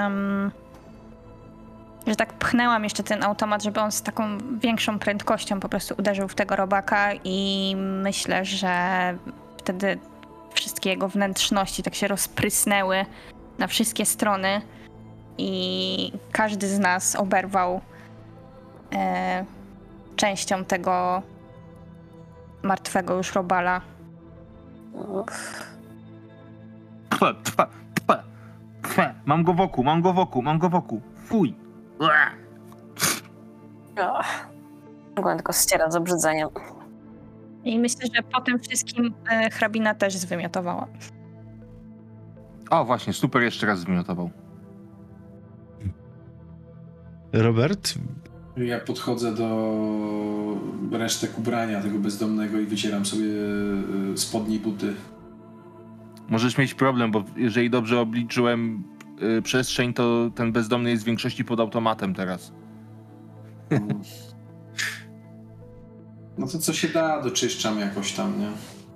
że tak pchnęłam jeszcze ten automat, żeby on z taką większą prędkością po prostu uderzył w tego robaka i myślę, że wtedy wszystkie jego wnętrzności tak się rozprysnęły na wszystkie strony i każdy z nas oberwał częścią tego martwego już robala. Mam go wokół. Fuj! Gwen tylko ściera z obrzydzeniem. I myślę, że po tym wszystkim hrabina też zwymiotowała. O, właśnie, super jeszcze raz zmiotował. Robert, Ja podchodzę do resztek ubrania tego bezdomnego i wycieram sobie spodnie i buty. Możesz mieć problem, bo jeżeli dobrze obliczyłem przestrzeń, to ten bezdomny jest w większości pod automatem teraz. No to co się da, doczyszczam jakoś tam, nie?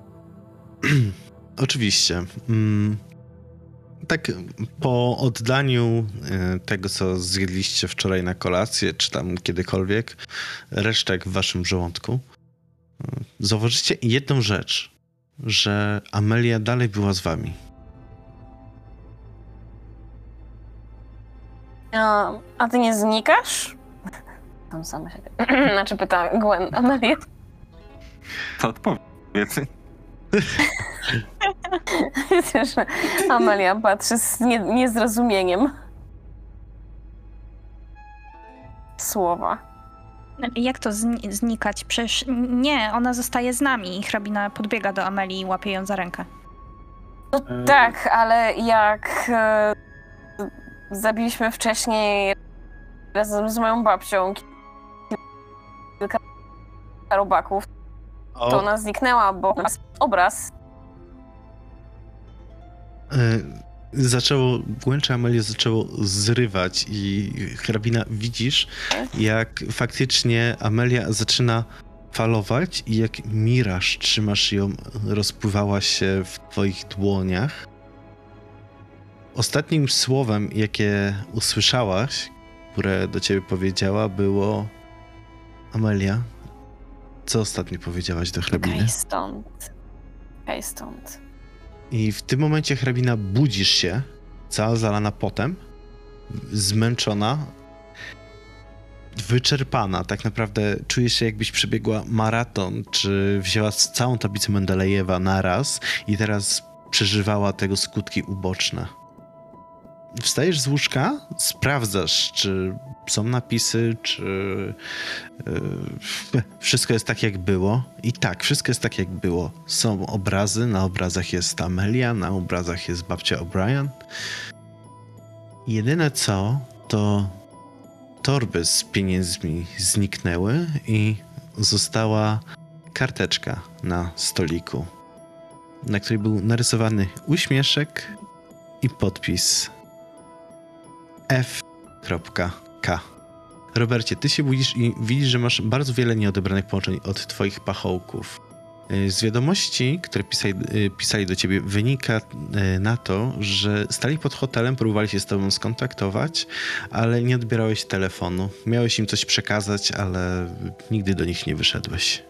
oczywiście. Tak po oddaniu tego, co zjedliście wczoraj na kolację, czy tam kiedykolwiek, resztek w waszym żołądku, zauważycie jedną rzecz, że Amelia dalej była z wami. A ty nie znikasz? Tam sama siebie. Znaczy pyta Gwen, Amelię. To odpowiedz. Wiesz, Amelia patrzy z niezrozumieniem. Słowa. Jak to znikać? Przecież nie, ona zostaje z nami. I hrabina podbiega do Amelii i łapie ją za rękę. No tak, ale jak zabiliśmy wcześniej razem z moją babcią kilka robaków, to ona zniknęła, bo obraz. Głęcze Amelię zaczęło zrywać i hrabina, widzisz, jak faktycznie Amelia zaczyna falować i jak miraż, trzymasz ją, rozpływała się w twoich dłoniach. Ostatnim słowem, jakie usłyszałaś, które do ciebie powiedziała, było: Amelia, co ostatnio powiedziałaś do hrabiny? Okej, stąd. I w tym momencie hrabina, budzisz się, cała zalana potem, zmęczona, wyczerpana. Tak naprawdę czujesz się, jakbyś przebiegła maraton, czy wzięła całą tablicę Mendelejewa naraz i teraz przeżywała tego skutki uboczne. Wstajesz z łóżka, sprawdzasz, czy są napisy, czy wszystko jest tak, jak było. I tak, wszystko jest tak, jak było. Są obrazy, na obrazach jest Amelia, na obrazach jest babcia O'Brien. Jedyne co, to torby z pieniędzmi zniknęły i została karteczka na stoliku, na której był narysowany uśmieszek i podpis F.K. Robercie, ty się budzisz i widzisz, że masz bardzo wiele nieodebranych połączeń od twoich pachołków. Z wiadomości, które pisali do ciebie, wynika na to, że stali pod hotelem, próbowali się z tobą skontaktować, ale nie odbierałeś telefonu. Miałeś im coś przekazać, ale nigdy do nich nie wyszedłeś.